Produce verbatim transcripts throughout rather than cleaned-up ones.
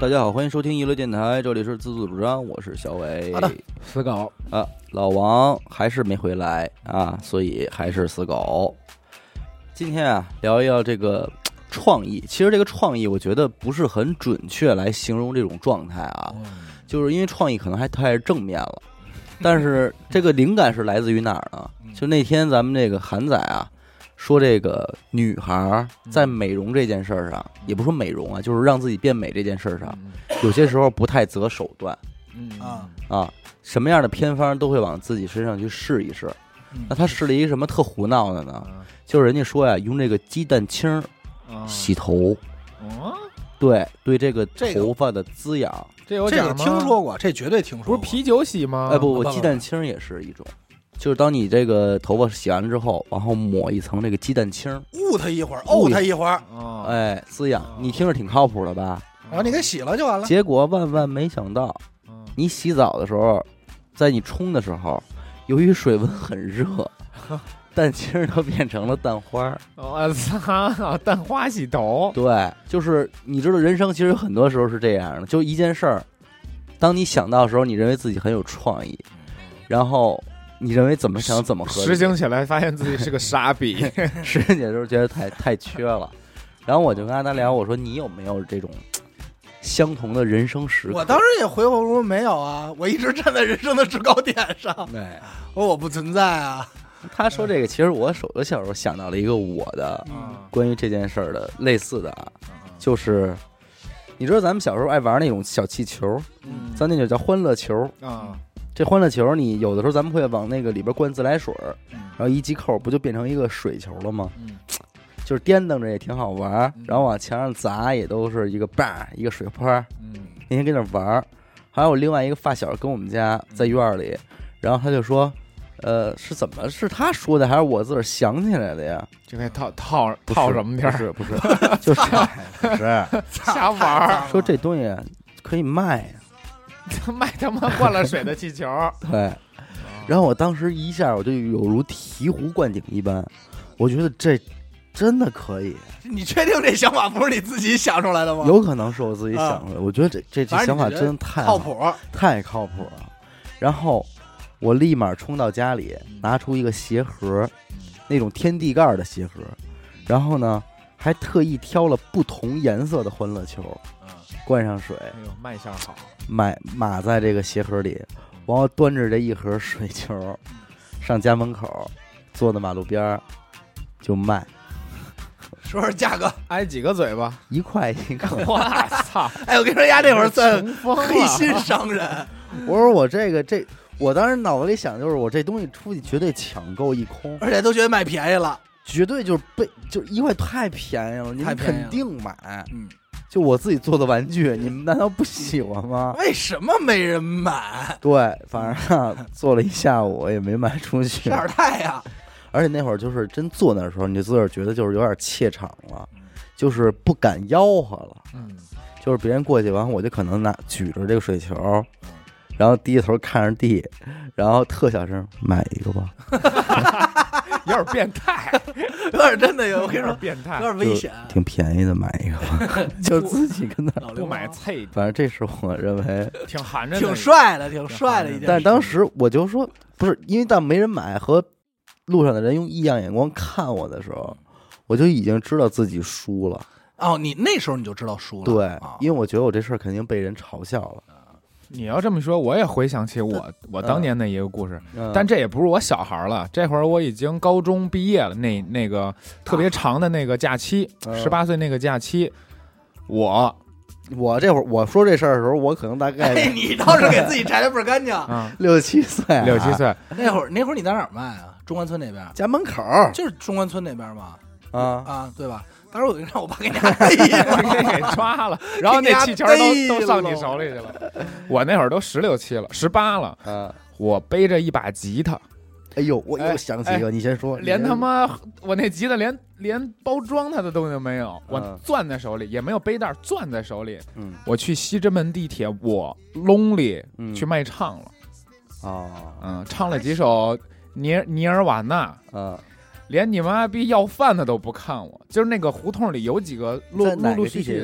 大家好，欢迎收听娱乐电台，这里是自作主张，我是小伟。 好的，死狗啊，老王还是没回来啊，所以还是死狗。今天啊，聊一聊这个创意。其实这个创意，我觉得不是很准确来形容这种状态啊，嗯、就是因为创意可能还太正面了。但是这个灵感是来自于哪儿呢？就那天咱们这个韩仔啊。说这个女孩在美容这件事儿上，嗯、也不说美容啊，就是让自己变美这件事儿上，嗯、有些时候不太择手段， 嗯啊啊，什么样的偏方都会往自己身上去试一试。嗯、那他试了一个什么特胡闹的呢？嗯、就是人家说呀，用这个鸡蛋清洗头， 哦， 对对，这个头发的滋养， 这有讲吗？ 这听说过，这绝对听说过。 不是啤酒洗吗？ 哎不不，鸡蛋清也是一种。就是当你这个头发洗完了之后，然后抹一层这个鸡蛋清， 捂它一会儿，沤它一会儿， 哦、哎，滋养。你听着挺靠谱的吧？ 然后你给洗了就完了。 结果万万没想到，你洗澡的时候，在你冲的时候，由于水温很热，蛋清都变成了蛋花。 我操，蛋花洗头。 对，就是你知道，人生其实很多时候是这样的，就一件事儿，当你想到的时候，你认为自己很有创意，然后。你认为怎么想怎么合理， 实行起来发现自己是个傻逼， 实行起来的时候觉得太太缺了。然后我就跟阿达聊，我说你有没有这种相同的人生时刻？ 我当时也回我说没有啊，我一直站在人生的制高点上， 对， 我说我不存在啊。 他说这个，其实我手我小时候想到了一个我的关于这件事儿的类似的啊，就是你知道咱们小时候爱玩那种小气球，嗯，咱那就叫欢乐球啊。这欢乐球，你有的时候咱们会往那个里边灌自来水，然后一系扣，不就变成一个水球了吗？嗯、就是颠蹬着也挺好玩，然后往墙上砸也都是一个叭一个水泡。嗯，那天跟那玩，还有另外一个发小跟我们家在院里，然后他就说，呃，是怎么是他说的还是我自个儿想起来的呀？ 就该套套套什么地儿？ 不是不是，就是不是瞎玩， 说这东西可以卖呀。 卖他妈灌了水的气球， 对。然后我当时一下我就有如醍醐灌顶一般，我觉得这真的可以。 你确定这想法不是你自己想出来的吗？ 有可能是我自己想出来的。啊、我觉得这这这想法真的太靠谱， 太靠谱了。然后我立马冲到家里，拿出一个鞋盒，那种天地盖的鞋盒，然后呢还特意挑了不同颜色的欢乐球。灌上水， 哎呦，卖相好， 买码在这个鞋盒里，然后端着这一盒水球，上家门口，坐在马路边就卖。 说说价格， 挨几个嘴巴？ 一块一个。 我操！ 哎，我跟你说，丫那会儿算黑心商人。 我说我这个这，我当时脑子里想就是我这东西出去绝对抢购一空， 而且都觉得卖便宜了， 绝对就是被就一块太便宜了，你们肯定买。 嗯。 就我自己做的玩具，你们难道不喜欢吗？ 为什么没人买？ 对，反正、啊、做了一下午也没卖出去。 这二太呀！ 而且那会儿就是真坐那时候，你就自个儿觉得就是有点怯场了，就是不敢吆喝了。嗯，就是别人过去完，我就可能拿举着这个水球，然后低着头看着地，然后特小声买一个吧。 有点变态， 有点真的有，我跟你说， 变态， 有点危险。 挺便宜的，买一个吧，就自己跟那不买菜。 反正这是我认为挺含着， 挺帅的，挺帅的一件。 但当时我就说，不是因为但没人买，和路上的人用异样眼光看我的时候，我就已经知道自己输了。 哦，你那时候你就知道输了， 对， 哦、 因为我觉得我这事儿肯定被人嘲笑了。 你要这么说，我也回想起我我当年的一个故事， 嗯、 但这也不是我小孩了，这会儿我已经高中毕业了。那那个特别长的那个假期，十八、啊、岁那个假期，我我这会儿我说这事儿的时候，我可能大概、 哎、你倒是给自己摘的倍儿干净， 啊、 六七岁、啊， 六七岁那会儿那会儿你在哪儿卖啊？中关村那边， 家门口， 就是中关村那边嘛， 啊啊，对吧？当时我让我爸给你逮了， 给抓了，然后那气球都都上你手里去了。我那会儿都十六七了，十八了。嗯，我背着一把吉他。 哎呦，我又想起一个， 哎、 你先说。 连他妈我那吉他连连包装它的东西都没有，我攥在手里，也没有背带，攥在手里。嗯，我去西直门地铁，我 lonely、嗯、去卖唱了。 哦， 嗯，唱了几首尼尼尔瓦纳。 嗯。 连你妈逼要饭的都不看我，就是那个胡同里有几个陆陆陆续续，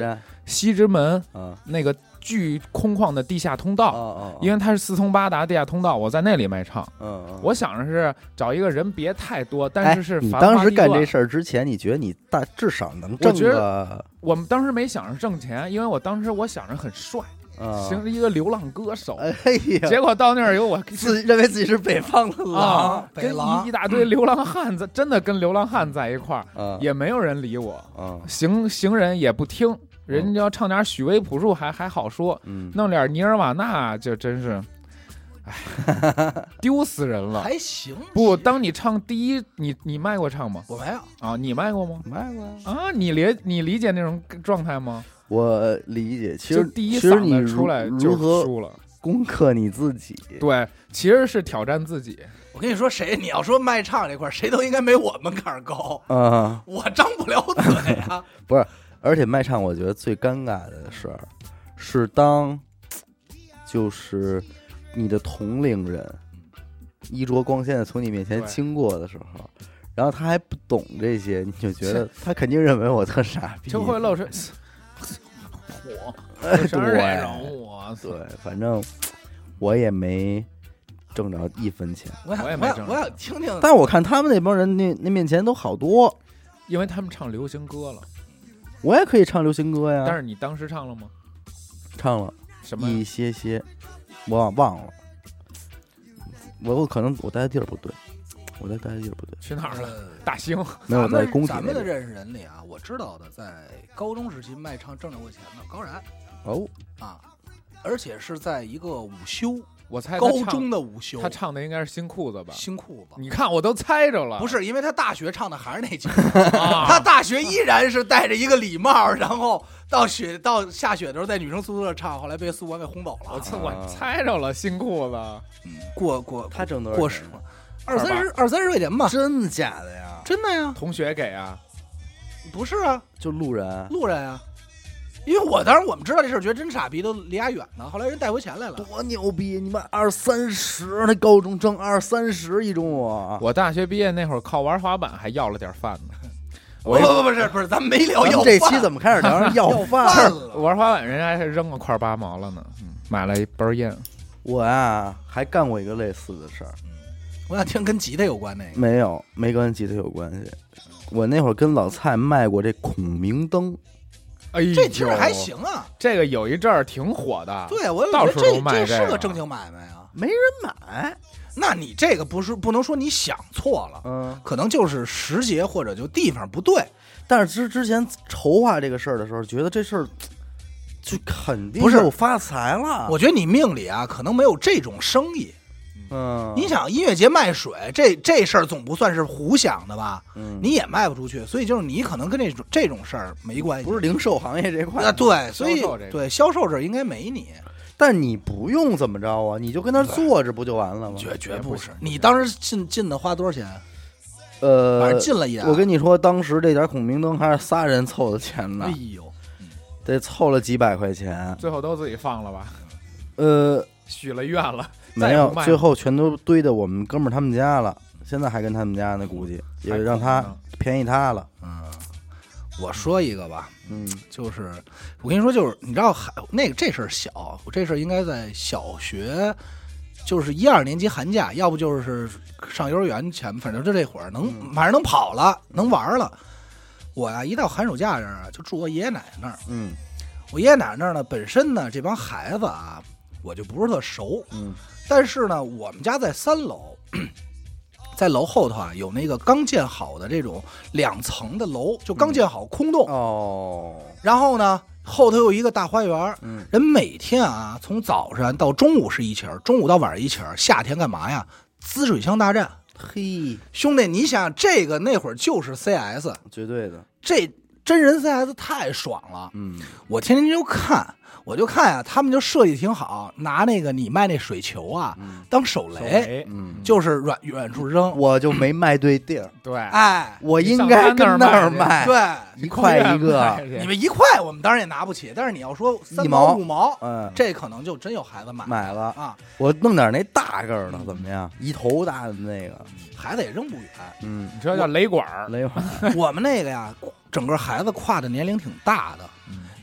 西直门那个巨空旷的地下通道，因为它是四通八达地下通道，我在那里卖唱。我想着是找一个人别太多，但是是你当时干这事儿之前，你觉得你大至少能挣个？ 我们当时没想着挣钱，因为我当时我想着很帅。行，一个流浪歌手， 哎呀， 结果到那儿有我自认为自己是北方的狼， 啊、跟一一大堆流浪汉在，真的跟流浪汉在一块儿，嗯、也没有人理我，嗯、行行人也不听，人家要唱点许巍朴树还还好说，嗯、弄点尼尔瓦纳就真是，哎，丢死人了。 还行， 不，当你唱第一，你你卖过唱吗？ 我没有啊，你卖过吗？ 卖过啊，你理你理解那种状态吗？ 我理解，其实第一嗓子出来就输了， 攻克你自己。 对，其实是挑战自己。 我跟你说，谁你要说卖唱这块，谁都应该没我门槛高啊！ 我张不了嘴啊。 不是，而且卖唱，我觉得最尴尬的事儿是当，就是你的同龄人衣着光鲜的从你面前经过的时候。然后他还不懂这些，你就觉得他肯定认为我特傻逼， 就会露出我，哎，对， 我对，反正我也没挣着一分钱， 我也没挣着。 我想听听， 但我看他们那帮人那那面前都好多， 因为他们唱流行歌了。 我也可以唱流行歌呀， 但是你当时唱了吗？ 唱了， 什么一些些，我忘了，我我可能我待的地儿不对。我在待的地儿不对， 去哪儿了？大兴没有在工体。 咱们的认识人里啊，我知道的，在高中时期卖唱挣着过钱的高然哦啊，而且是在一个午休， 我猜高中的午休， 他唱的应该是新裤子吧？ 新裤子， 你看我都猜着了， 不是，因为他大学唱的还是那几个，他大学依然是戴着一个礼帽，然后到雪到下雪的时候在女生宿舍唱，后来被宿管给轰走了。 我猜我猜着了，新裤子， 嗯，过过他挣多少过时了。二三十二三十块钱吧， 真的假的呀？ 真的呀， 同学给啊？ 不是啊， 就路人， 路人啊。因为我当时我们知道这事儿，觉得真傻逼，都离家远呢。后来人带回钱来了， 多牛逼！你们二三十，那高中挣二三十一中午。 我大学毕业那会儿靠玩滑板还要了点饭呢。 不不不是不是，咱们没聊要饭。 这期怎么开始聊要饭了？ 玩滑板人家还扔了块八毛了呢，嗯、买了一包烟。 我啊还干过一个类似的事儿。 我想听跟吉他有关那个， 没有，没跟吉他有关系。我那会儿跟老蔡卖过这孔明灯， 哎呦， 这听着还行啊。 这个有一阵儿挺火的， 对我到处都卖这个，这是个正经买卖啊， 没人买。 那你这个不是不能说你想错了， 嗯， 可能就是时节或者就地方不对。 但是之之前筹划这个事儿的时候，觉得这事儿就肯定不是我发财了。 我觉得你命里啊，可能没有这种生意。 嗯， 你想音乐节卖水，这这事儿总不算是胡想的吧？嗯，你也卖不出去，所以就是你可能跟这种这种事儿没关系， 不是零售行业这块啊，对，所以对销售这应该没你， 但你不用怎么着啊，你就跟那坐着不就完了吗？ 绝绝不是，你当时进进的花多少钱？ 呃， 反正进了一， 我跟你说，当时这点孔明灯还是仨人凑的钱呢， 哎呦， 得凑了几百块钱， 最后都自己放了吧？ 呃， 许了愿了。 没有，最后全都堆到我们哥们儿他们家了。现在还跟他们家呢，估计也让他便宜他了。 嗯，我说一个吧， 嗯， 就是我跟你说，就是你知道，还那个这事儿小，这事儿应该在小学，就是一二年级寒假，要不就是上幼儿园前，反正就这会儿能，反正能跑了，能玩了。我呀，一到寒暑假这儿就住我爷爷奶奶那儿。 嗯， 我爷爷奶奶那儿呢，本身呢这帮孩子啊，我就不是特熟。 嗯。 但是呢，我们家在三楼，在楼后头啊有那个刚建好的这种两层的楼，就刚建好空洞、 嗯、哦。 然后呢，后头有一个大花园， 嗯， 人每天啊从早上到中午是一起儿，中午到晚上一起儿，夏天干嘛呀？滋水枪大战。 嘿， 兄弟，你想这个那会儿就是 C S， 绝对的， 这真人 C S 太爽了。 嗯， 我天天就看。我就看呀、啊，他们就设计挺好，拿那个你卖那水球啊、嗯、当手雷， 嗯， 就是远远处扔， 我就没卖对地儿。 对， 哎， 我应该跟那儿卖， 对， 一块一个。 你们一块我们当然也拿不起，但是你要说三毛五毛， 嗯， 这可能就真有孩子买买了啊。 我弄点那大个儿的怎么样？一头大的那个， 孩子也扔不远。 嗯，你知道叫雷管雷管。 我们那个呀，整个孩子跨的年龄挺大的。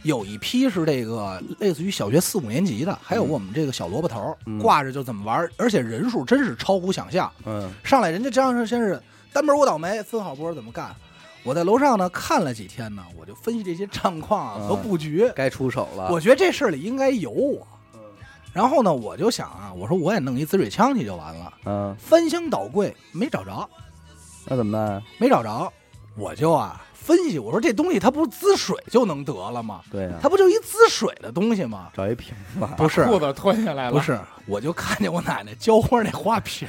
有一批是这个类似于小学四五年级的，还有我们这个小萝卜头、嗯、挂着就怎么玩，而且人数真是超乎想象。 嗯， 上来人家这样是先是单门我倒霉，分好波怎么干。我在楼上呢看了几天呢，我就分析这些战况啊和布局， 该、嗯、出手了。 我觉得这事里应该有我。然后呢，我就想啊，我说我也弄一滋水枪去就完了。 嗯， 翻箱倒柜没找着， 那怎么办？ 没找着，我就啊分析，我说这东西它不是滋水就能得了吗？ 对啊， 它不就一滋水的东西吗？ 找一瓶吧， 不是裤子脱下来了， 不是，我就看见我奶奶浇花那花瓶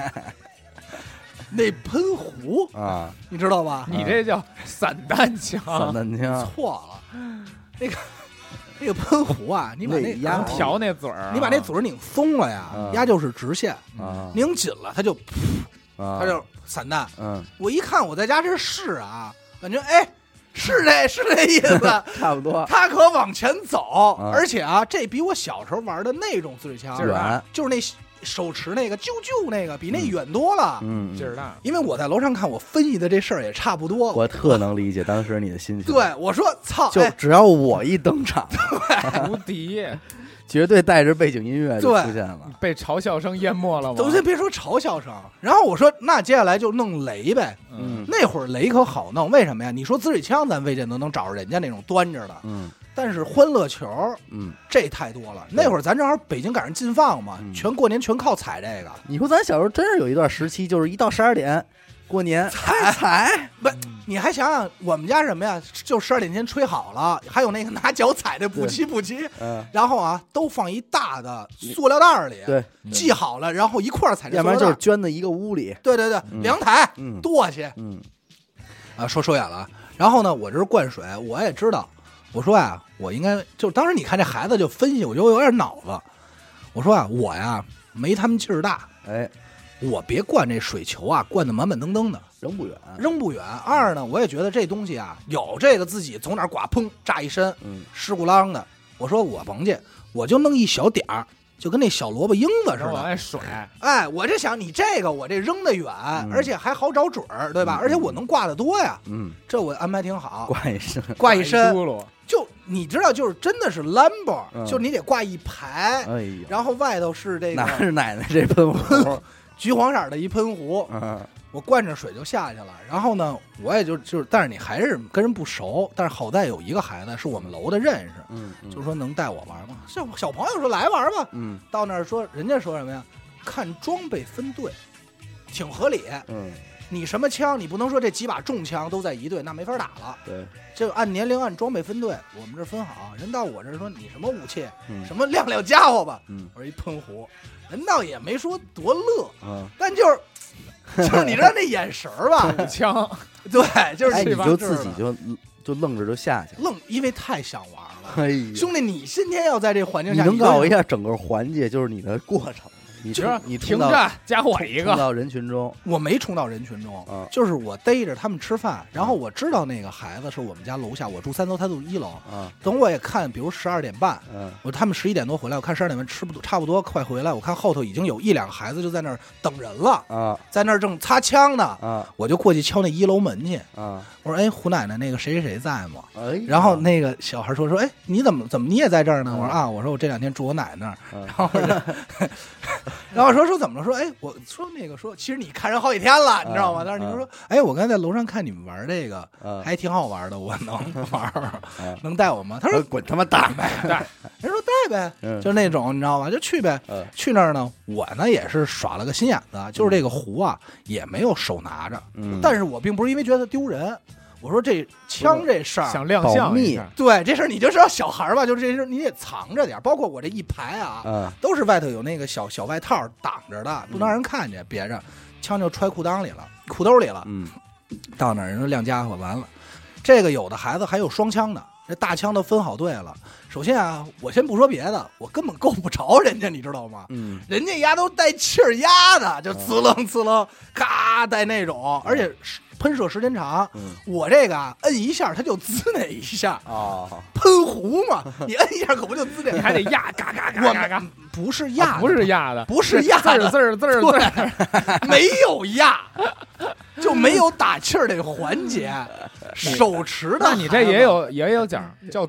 那喷壶啊， 你知道吧？ 你这叫散弹枪， 散弹枪错了，那个。那个喷壶啊，你把那压调那嘴儿， 你把那嘴儿拧松了呀， 嗯、 压就是直线； 嗯、 拧紧了，它就， 嗯、 它就散弹。 嗯， 我一看我在家这试啊，感觉哎，是这是这意思， 差不多。 它可往前走， 嗯、 而且啊，这比我小时候玩的那种滋水枪远， 就是那手持那个啾啾那个，比那远多了。 嗯， 劲儿大。 因为我在楼上看，我分析的这事儿也差不多。 我特能理解当时你的心情。 对，我说操， 就只要我一登场， 对， 无敌， 绝对带着背景音乐就出现了， 被嘲笑声淹没了吗？ 都先别说嘲笑声，然后我说那接下来就弄雷呗。 嗯， 那会儿雷可好弄，为什么呀？你说滋水枪咱未见得能找着人家那种端着的， 嗯。 但是欢乐球， 嗯， 这太多了。那会儿咱正好北京赶上禁放嘛， 嗯、 全过年全靠踩这个。 你说咱小时候真是有一段时期，就是一到十二点过年踩踩， 不，你还想想我们家什么呀？就十二点前吹好了，还有那个拿脚踩的补齐补齐， 嗯， 然后啊都放一大的塑料袋里， 对， 系好了，然后一块儿踩。 要不然就是捐在一个屋里。 对对对， 嗯、 凉台， 嗯， 垛去， 嗯， 啊，说说远了。然后呢，我这是灌水，我也知道。我说呀，我应该就当时你看这孩子就分析，我觉得我有点脑子。我说啊，我呀没他们劲儿大， 哎， 我别灌这水球啊，灌得满满登登的， 扔不远， 扔不远。二呢，我也觉得这东西啊，有这个自己从哪儿刮砰炸一身， 嗯， 湿咕啷的。我说我甭去，我就弄一小点儿，就跟那小萝卜缨子似的， 往外甩。 哎，我这想你这个我这扔得远， 嗯、 而且还好找准儿，对吧？ 嗯、 而且我能挂得多呀， 嗯， 这我安排挺好。 挂一身， 挂一身。 就你知道，就是真的是 Lambo，、 嗯、 就你得挂一排， 哎、 然后外头是这个拿着奶奶这喷壶， 橘黄色的一喷壶， 嗯、 我灌着水就下去了。然后呢，我也就就是，但是你还是跟人不熟，但是好在有一个孩子是我们楼的认识， 嗯，嗯就说能带我玩吗？小小朋友说来玩吧， 嗯， 到那儿说人家说什么呀？看装备分队，挺合理， 嗯。 你什么枪，你不能说这几把重枪都在一队，那没法打了。 对， 就按年龄、按装备分队，我们这分好。人到我这说你什么武器， 嗯、 什么亮亮家伙吧。 嗯， 我说一喷壶，人倒也没说多乐， 嗯， 但就是就是你知道那眼神儿吧， 枪， 对，就是、 哎、你就自己就就愣着就下去了， 愣，因为太想玩了。 哎呀， 兄弟，你今天要在这环境下， 你能告诉我一下整个环节，就是你的过程。你就是你停站加我一个， 冲到人群中， 我没冲到人群中， 嗯、 就是我逮着他们吃饭，然后我知道那个孩子是我们家楼下，我住三楼，他住一楼， 嗯、 等我也看，比如十二点半， 嗯、 我他们十一点多回来，我看十二点半吃不差不多快回来，我看后头已经有一两个孩子就在那儿等人了， 啊， 在那儿正擦枪呢， 啊， 我就过去敲那一楼门去， 啊， 我说哎胡奶奶那个谁谁谁在吗？ 哎， 然后那个小孩说说哎你怎么怎么你也在这儿呢？ 嗯、 我说啊，我说我这两天住我奶那儿， 嗯、 然后然后说说怎么了？说哎我说那个说其实你看人好几天了，你知道吗？但是你说哎我刚才在楼上看你们玩这个，还挺好玩的，我能玩，能带我吗？他说滚他妈蛋呗， 人说带呗，就那种你知道吧？就去呗，去那儿呢，我呢也是耍了个心眼子，就是这个壶啊也没有手拿着，但是我并不是因为觉得丢人。我说这枪这事儿想亮相一下， 对这事儿你就知道小孩吧，就这事你得藏着点，包括我这一排啊， 嗯、 都是外头有那个小小外套挡着的，不能让人看见，别着枪就揣裤裆里了，裤兜里了。 嗯， 到那儿人说亮家伙，完了，这个有的孩子还有双枪的，这大枪都分好队了。首先啊，我先不说别的，我根本够不着人家，你知道吗？ 嗯， 人家丫都带气儿压的，就呲楞呲楞，咔带那种，而且喷射时间长。 嗯、 我这个啊，摁一下它就滋那一下啊， 喷壶嘛，你摁一下可不就滋那？ 你还得压，嘎嘎嘎嘎嘎， 不是压、啊， 不是压的， 不是压的， 字儿字儿字儿， 没有压，就没有打气儿这个环节，手持的。 那你这也有也有讲叫。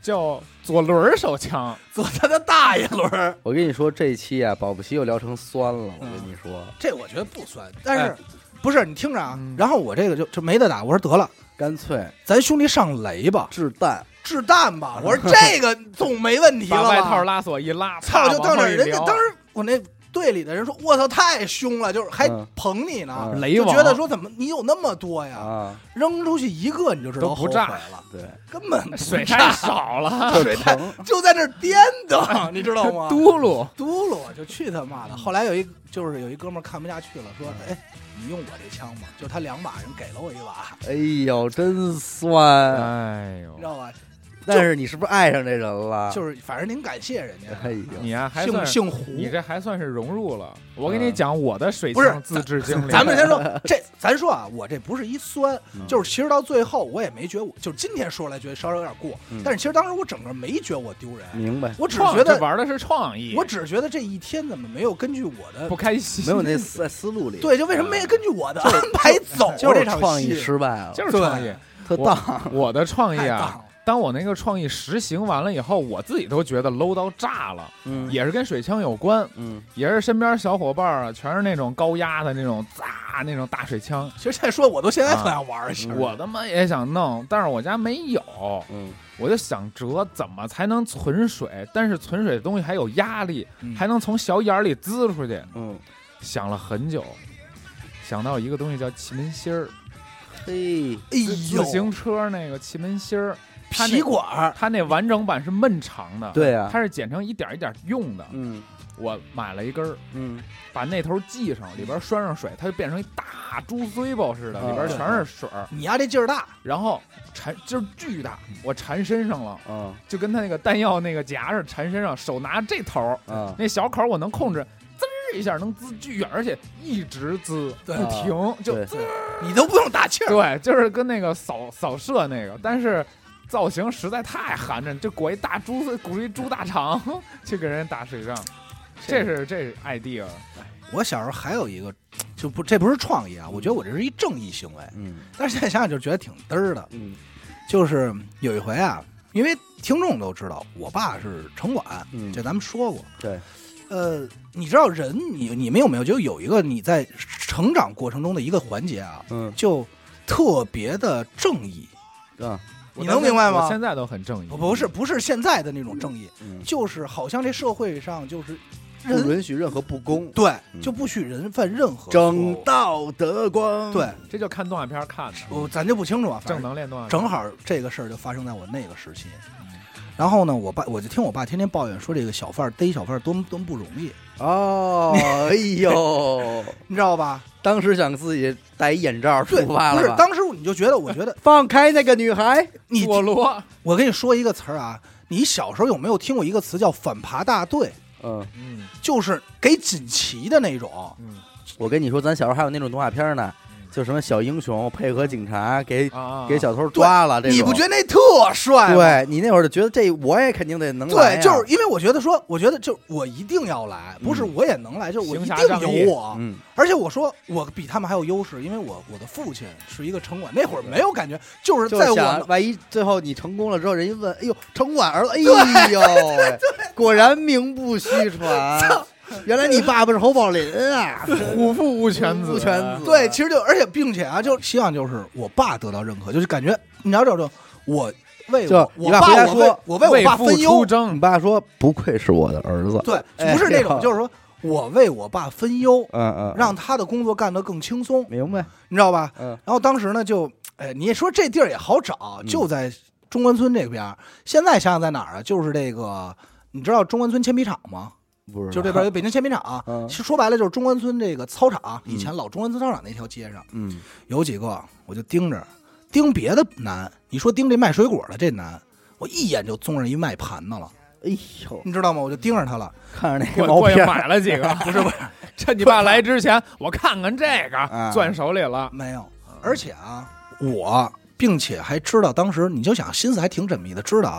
叫左轮手枪， 左他的大爷轮。 我跟你说，这一期啊，保不齐又聊成酸了。我跟你说， 嗯、这我觉得不酸，但是、哎、不是你听着啊。嗯、然后我这个就就没得打，我说得了， 干脆咱兄弟上雷吧， 掷弹， 掷弹吧。我说这个总没问题了吧？ 把外套拉锁一拉， 操，就到那儿，人家当时我那。队里的人说：“我操，太凶了，就是还捧你呢， 嗯、 就觉得说怎么你有那么多呀？啊、扔出去一个你就知道不炸了， 对， 根本水太少了， 水太就在那儿颠的，你知道吗？ 嘟噜嘟噜，就去他妈的！后来有一就是有一哥们看不下去了，说：哎，你用我这枪嘛？就他两把人给了我一把， 哎呦，真酸， 哎呦， 你知道吧？” 但是你是不是爱上这人了？ 就是反正您感谢人家， 哎呦， 你啊还算姓胡， 你这还算是融入了。我给你讲我的水枪自制经历。 咱们先说这，咱说啊，我这不是一酸，就是其实到最后我也没觉得，就是今天说来觉得稍稍有点过，但是其实当时我整个没觉得我丢人， 明白？ 我只觉得玩的是创意， 我只觉得这一天怎么没有根据我的不开心， 没有那在思路里， 对，就为什么没根据我的安排走？ 就是创意失败了， 就是创意特当。 我的创意啊。当我那个创意实行完了以后，我自己都觉得 low 到炸了，嗯，也是跟水枪有关，嗯，也是身边小伙伴啊，全是那种高压的那种炸那种大水枪。 其实现在说，我都现在特想玩一下、 啊，我他妈也想弄，但是我家没有，嗯，我就想辙怎么才能存水，但是存水的东西还有压力，嗯、还能从小眼里滋出去，嗯，想了很久，想到一个东西叫气门芯儿， 嘿， 哎呦， 自行车那个气门芯儿。 皮管， 它那完整版是闷长的， 对啊， 它是剪成一点一点用的。 嗯， 我买了一根儿， 嗯， 把那头系上，里边拴上水，它就变成一大猪碎包似的，里边全是水。 你丫这劲儿大， 然后缠劲儿巨大，我缠身上了，嗯，就跟它那个弹药那个夹着缠身上，手拿这头，嗯，那小口我能控制。滋一下能滋巨远，而且一直滋不停，就滋， 你都不用打气儿。 对，就是跟那个扫扫射那个，但是。造型实在太寒碜，就裹一大猪，鼓一猪大肠去给人打水仗，这是这是 idea。 我小时候还有一个，就不这不是创意啊，我觉得我这是一正义行为，嗯，但是现在想想就觉得挺嘚儿的，嗯，就是有一回啊，因为听众都知道我爸是城管，嗯，这咱们说过， 对， 呃，你知道人你你们有没有就有一个你在成长过程中的一个环节啊，嗯，就特别的正义， 啊。 你能明白吗？ 我现在都很正义， 不是不是现在的那种正义，嗯、就是好像这社会上就是不允许任何不公， 对，嗯、就不许人犯任何正道德光， 对， 这就看动画片看的， 我咱就不清楚啊， 正能量动画片， 正好这个事儿就发生在我那个时期。然后呢，我爸我就听我爸天天抱怨说，这个小贩逮小贩多么多么不容易哦，哎呦， 你知道吧？ 当时想自己戴一眼罩出发了吧？ 不是，当时你就觉得，我觉得放开那个女孩， 你佐罗。 我跟你说一个词儿啊，你小时候有没有听过一个词叫反扒大队？ 嗯嗯，就是给锦旗的那种。 嗯，我跟你说，咱小时候还有那种动画片呢。就什么小英雄配合警察给、啊、给小偷抓了，这你不觉得那特帅吗？ 对你那会儿就觉得这我也肯定得能来、 啊。对，就是因为我觉得说，我觉得就我一定要来，不是我也能来，嗯、就是我一定有我。 嗯， 而且我说我比他们还有优势，因为我我的父亲是一个城管，那会儿没有感觉，就是在我、 就是、万一最后你成功了之后，人家问，哎呦，城管儿子，哎呦，果然名不虚传。原来你爸爸是侯宝林啊， 虎父无犬子， 无犬子。 对，其实就而且并且啊，就希望就是我爸得到认可，就是感觉你知道这种我为我你爸回家说， 我为我爸分忧， 你爸说不愧是我的儿子。 对，不是那种，就是说我为我爸分忧， 嗯嗯， 让他的工作干得更轻松， 明白？ 你知道吧？ 嗯。 然后当时呢，就哎，你也说这地儿也好找，就在中关村这边。现在想想在哪儿啊？就是这个，你知道中关村铅笔厂吗？ 不是， 就这边有北京铅笔厂，嗯，其实说白了就是中关村这个操场，以前老中关村操场那条街上， 嗯， 有几个我就盯着，盯别的难，你说盯这卖水果的这难，我一眼就综上一卖盘的了， 哎呦， 你知道吗？我就盯着他了， 看着那个毛片买了几个， 不是不是， 趁你爸来之前，我看看这个攥手里了， 没有，而且啊，我并且还知道当时你就想心思还挺缜密的，知道啊。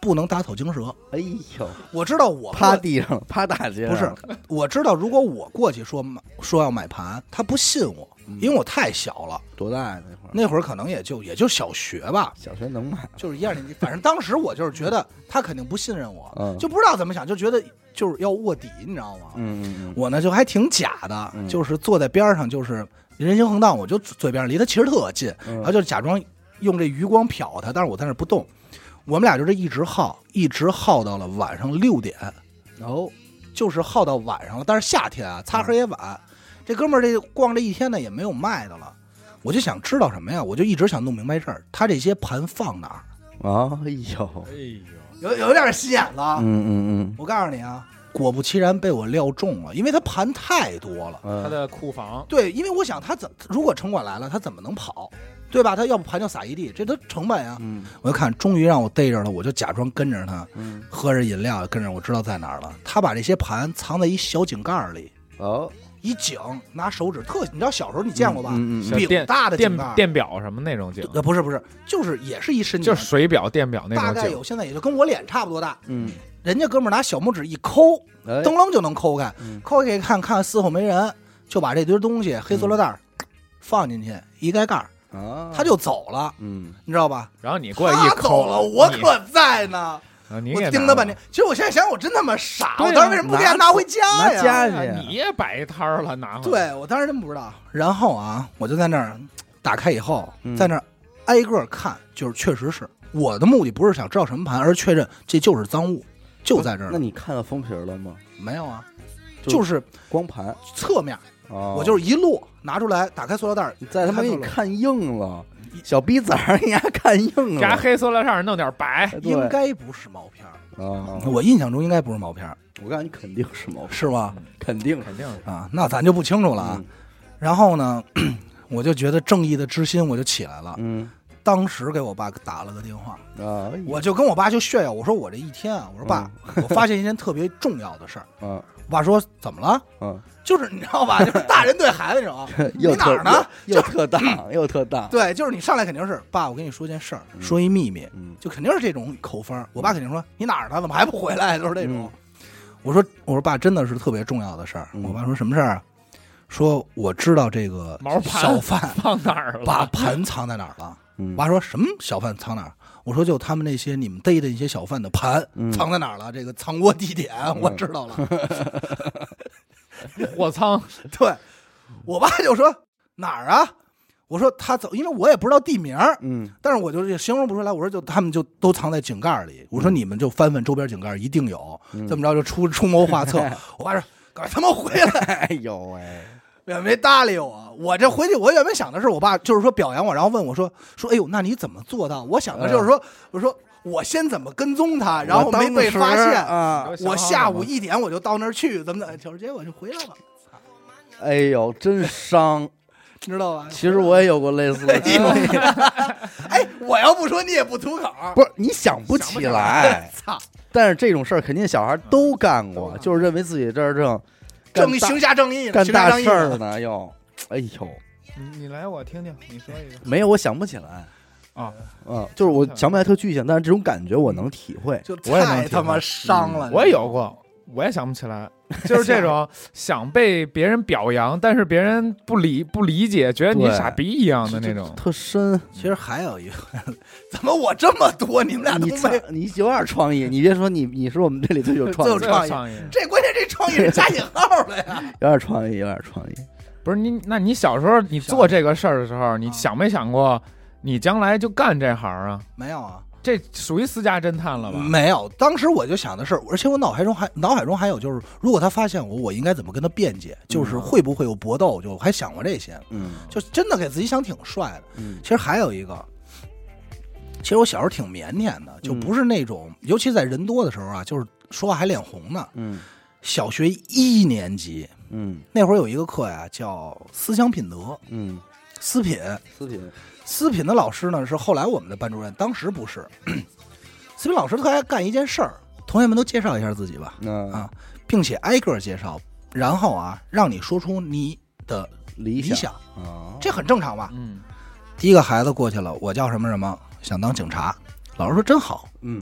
不能打草惊蛇。 哎呦， 我知道我趴地上了，趴大街上不是，我知道如果我过去说说要买盘，他不信我，因为我太小了。 多大呀？那会儿那会儿可能也就也就小学吧， 小学能买， 就是一二年级。反正当时我就是觉得他肯定不信任我， 嗯、 就不知道怎么想，就觉得就是要卧底，你知道吗？ 嗯嗯嗯。 我呢就还挺假的， 嗯、 就是坐在边上，就是人行横道，我就坐边上，离他其实特近， 嗯、 然后就假装用这余光瞟他，但是我在那不动。我们俩就这一直耗，一直耗到了晚上六点， 哦， 就是耗到晚上了。但是夏天啊，擦黑也晚，嗯、这哥们儿这逛这一天呢也没有卖的了。我就想知道什么呀？我就一直想弄明白这儿，他这些盘放哪儿啊？哎呦， 哎呦，有有点心眼子。 嗯嗯嗯， 我告诉你啊，果不其然被我料中了，因为他盘太多了。 他的库房， 对，因为我想他怎如果城管来了，他怎么能跑？对吧？他要不盘就撒一地，这都成本啊。 嗯， 我就看，终于让我逮着了，我就假装跟着他， 嗯， 喝着饮料跟着，我知道在哪儿了。他把这些盘藏在一小井盖里。 哦。 一井拿手指特，你知道小时候你见过吧？ 嗯嗯、饼大的井盖，电表什么那种井？ 呃，不是不是，就是也是一深井， 就是水表、电表那种井， 大概有现在也就跟我脸差不多大。 嗯， 人家哥们儿拿小拇指一抠， 哎、 噔楞就能抠开， 嗯、 抠开看看四后没人，就把这堆东西黑塑料袋、嗯、放进去，一盖盖。 啊， 他就走了， 嗯， 你知道吧？ 然后你过来一抠了，我可在呢。 啊、你我盯他半天，其实我现在想想，我真他妈傻，我当时为什么不给他拿回家呀？ 拿家去， 你也摆一摊了，拿回来。 对，我当时真不知道。然后啊，我就在那儿打开以后， 嗯、 在那儿挨个看，就是确实是我的目的，不是想知道什么盘，而是确认这就是赃物，就在这儿。 那你看到封皮了吗？ 没有啊，就是光盘侧面。 哦、 我就是一摞拿出来，打开塑料袋， 在他妈给你看硬了，小逼崽儿给人家看硬了， 给黑塑料袋弄点白， 应该不是毛片啊！ 我印象中应该不是毛片， 我告诉你肯定是毛片， 是吗？ 肯定肯定是啊，那咱就不清楚了啊。 嗯、 然后呢，我就觉得正义的之心，我就起来了。 嗯， 当时给我爸打了个电话啊， 我就跟我爸就炫耀，我说我这一天啊，我说爸，嗯、我发现一件特别重要的事儿。 嗯， 我爸说怎么了？ 嗯。 就是你知道吧，就是大人对孩子那种， 你哪儿呢？ 又特大，又特大。 对，就是你上来肯定是爸，我跟你说件事儿，嗯、说一秘密， 嗯、 就肯定是这种口风。我爸肯定说你哪儿呢？怎么还不回来？都是这种。 嗯、 我说我说爸，真的是特别重要的事儿。 嗯、 我爸说什么事儿啊？说我知道这个小贩放哪儿了， 把盘藏在哪儿了。 嗯、 我爸说什么小贩藏哪儿？我说就他们那些你们逮的一些小贩的盘、 嗯、 藏在哪儿了？这个藏窝地点、嗯、我知道了。 货仓， 对，我爸就说哪儿啊？我说他走，因为我也不知道地名， 嗯， 但是我就形容不出来。我说就他们就都藏在井盖里。我说你们就翻翻周边井盖，一定有。 嗯、 这么着就出出谋划策。我爸说赶快他妈回来！ 哎呦喂， 也没搭理我。我这回去，我原本想的是我爸就是说表扬我，然后问我说说哎呦，那你怎么做到？我想的就是说，我说。我先怎么跟踪他，然后没被发现啊！ 我下午一点我就到那儿去，怎么怎么，结果就回来了。 哎呦，真伤， 知道吧？ 其实我也有过类似的经历。 哎，我要不说你也不吐口， 不是你想不起来。 操！ 但是这种事儿肯定小孩都干过，就是认为自己这儿正正行侠正义， 干大事儿呢，又哎呦！ 你你来，我听听，你说一个。 没有，我想不起来。 啊， 嗯，就是我想不起来特具象，但是这种感觉我能体会， 就太他妈伤了。 我也有过，我也想不起来，就是这种想被别人表扬，但是别人不理不理解，觉得你傻逼一样的那种， 特深。 其实还有一个，怎么我这么多，你们俩都没？ 你有点创意，你别说你，你是我们这里最有创意， 最有创意。这关键这创意是加引号的呀， 有点创意，有点创意。 不是你，那你小时候你做这个事儿的时候，你想没想过？你将来就干这行啊？ 没有啊， 这属于私家侦探了吧？ 没有，当时我就想的是，而且我脑海中还脑海中还有就是，如果他发现我，我应该怎么跟他辩解？就是会不会有搏斗？就还想过这些， 嗯， 就真的给自己想挺帅的。 嗯， 其实还有一个，其实我小时候挺腼腆的，就不是那种，尤其在人多的时候啊，就是说话还脸红呢。 嗯， 小学一年级， 嗯， 那会儿有一个课呀，叫思想品德， 嗯， 思品， 思品。 思品的老师呢是后来我们的班主任，当时不是。思品老师特爱干一件事儿，同学们都介绍一下自己吧， 嗯、 啊，并且挨个介绍，然后啊让你说出你的理想，理想啊， 这很正常吧？ 嗯， 第一个孩子过去了，我叫什么什么，想当警察。老师说真好， 嗯，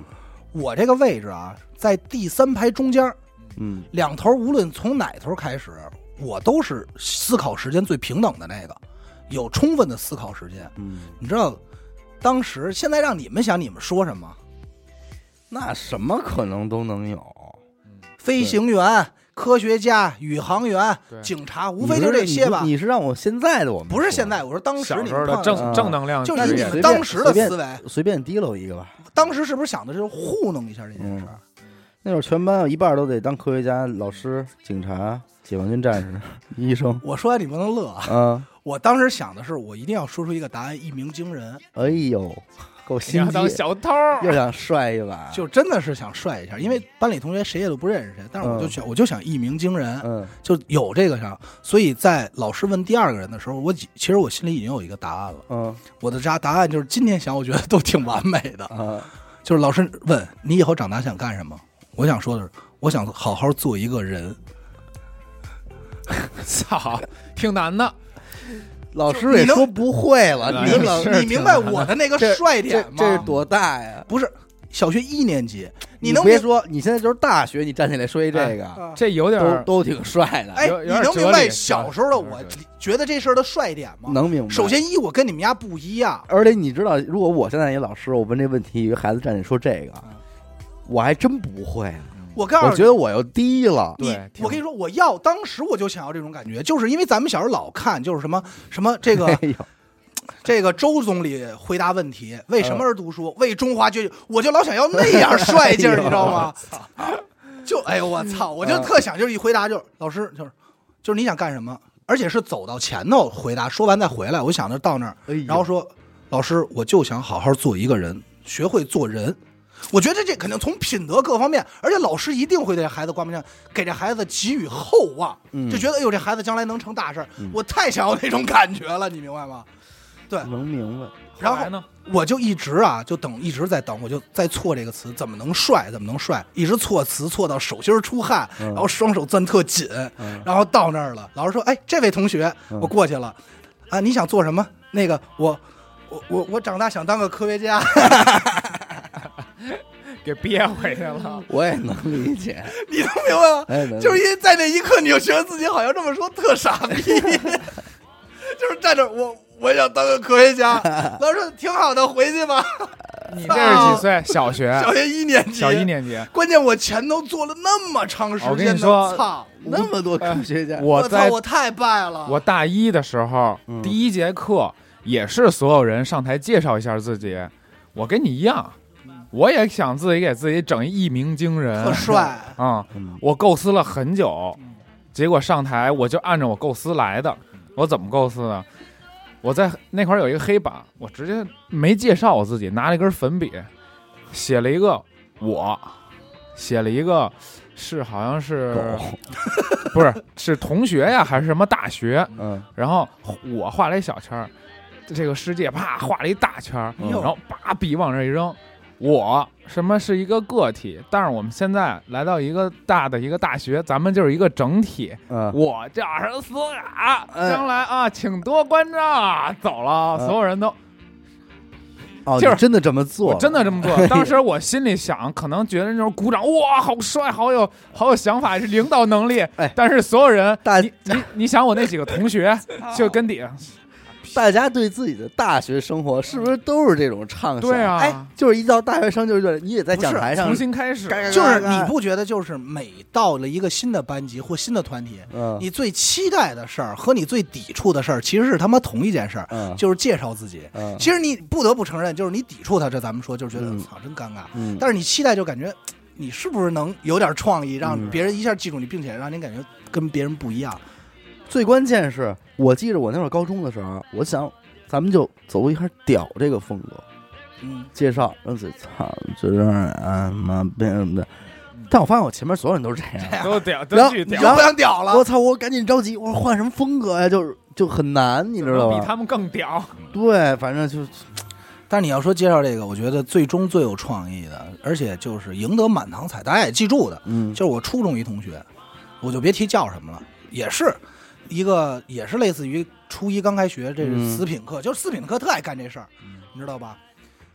我这个位置啊，在第三排中间， 嗯， 两头无论从哪头开始，我都是思考时间最平等的那个，有充分的思考时间。 嗯， 你知道，当时现在让你们想，你们说什么？ 那什么可能都能有， 飞行员、科学家、宇航员、警察，无非就这些吧。 你是让我现在的我们不是现在，我说当时你们的正正能量， 就是你们当时的思维。 随便提溜一个吧。 当时是不是想的就是糊弄一下这件事？ 那会儿全班有一半都得当科学家、老师、警察、解放军战士、医生。 我说你不能乐啊！ 嗯， 我当时想的是，我一定要说出一个答案，一鸣惊人。 哎呦！够心机， 当小偷又想帅一把， 就真的是想帅一下，因为班里同学谁也都不认识谁，但是我就想，嗯、我就想一鸣惊人， 嗯， 就有这个想，所以在老师问第二个人的时候，我其实我心里已经有一个答案了， 嗯， 我的答答案就是今天想，我觉得都挺完美的， 嗯， 就是老师问你以后长大想干什么，我想说的是，我想好好做一个人。 操，挺难的。 老师也说不会了， 你你明白我的那个帅点吗？ 这是多大呀？ 不是小学一年级， 你能别说，你现在就是大学，你站起来说一这个， 哎、这有点都都挺帅的。 哎，你能明白小时候的我觉得这事儿的帅点吗？ 能明白。 首先一，我跟你们家不一样， 而且你知道，如果我现在一老师，我问这问题，一个孩子站起来说这个，我还真不会。 我告诉你， 我觉得我又低了。 你，我跟你说，我要当时我就想要这种感觉，就是因为咱们小时候老看，就是什么什么这个， 哎、 这个周总理回答问题，为什么而读书？嗯、为中华崛起，我就老想要那样帅劲儿，你知道吗？就哎呦我操，我就特想就是一回答就老师就是就是你想干什么？而且是走到前头回答，说完再回来。我想着到那儿，然后说老师，我就想好好做一个人，学会做人。我觉得这肯定从品德各方面，而且老师一定会对孩子刮目相看，给这孩子寄予厚望， 嗯、 就觉得哎呦这孩子将来能成大事、嗯、我太想要那种感觉了，你明白吗？对， 能明白。 然后呢，我就一直啊，就等，一直在等，我就在错这个词，怎么能帅？怎么能帅？一直错词，错到手心出汗， 嗯、 然后双手攥特紧， 嗯、 然后到那儿了，老师说：“哎，这位同学， 嗯、 我过去了，啊，你想做什么？那个，我，我，我，我长大想当个科学家。” 给憋回去了， 我也能理解， 你能明白吗？ 哎、 就是因为在那一刻，你就觉得自己好像这么说特傻逼，就是站着我我想当个科学家，老师说挺好的，回去吧。 你这是几岁？小学， 小学一年级， 小一年级。 关键我前头做了那么长时间， 我跟你说， 操， 那么多科学家， 我操，我太败了。 我大一的时候， 嗯、 第一节课也是所有人上台介绍一下自己，我跟你一样。我也想自己给自己整一鸣惊人， 特帅啊、嗯！我构思了很久，结果上台我就按照我构思来的。我怎么构思的？我在那块儿有一个黑板，我直接没介绍我自己，拿了一根粉笔，写了一个我，写了一个是好像是不是是同学呀，还是什么大学？ 嗯， 然后我画了一小圈儿，这个世界啪画了一大圈儿， 嗯、 然后把笔往这一扔。我什么是一个个体，但是我们现在来到一个大的一个大学，咱们就是一个整体。 嗯， 我叫什么思雅，将来啊，请多关照。走了， 嗯、 所有人都哦， 就是真的这么做， 真的这么做。当时我心里想，可能觉得那种鼓掌，哇，好帅，好有好有想法，是领导能力。 哎， 但是所有人， 大你你你想，我那几个同学就跟底下。 大家对自己的大学生活是不是都是这种畅想？ 对啊， 哎，就是一到大学生就是你也在讲台上重新开始， 就是你不觉得就是每到了一个新的班级或新的团体， 嗯， 你最期待的事儿和你最抵触的事儿其实是他妈同一件事儿， 嗯， 就是介绍自己。 嗯， 其实你不得不承认，就是你抵触他，这咱们说就是觉得操、嗯、真尴尬。 嗯， 但是你期待就感觉你是不是能有点创意，让别人一下记住你，并且让你感觉跟别人不一样。 最关键是我记着我那会儿高中的时候，我想。咱们就走一下屌这个风格， 嗯， 介绍让自己操，这人啊妈病的。但我发现我前面所有人都是这样， 都屌， 都巨屌，你就不想屌了。 我操！我赶紧着急，我说换什么风格呀？就是就很难，你知道吧？ 比他们更屌。 对，反正就。 但是你要说介绍这个，我觉得最终最有创意的，而且就是赢得满堂彩，大家也记住的， 嗯， 就是我初中一同学，我就别提叫什么了，也是。一个也是类似于初一刚开学，这是私品课，嗯、就是私品课特爱干这事儿，你知道吧？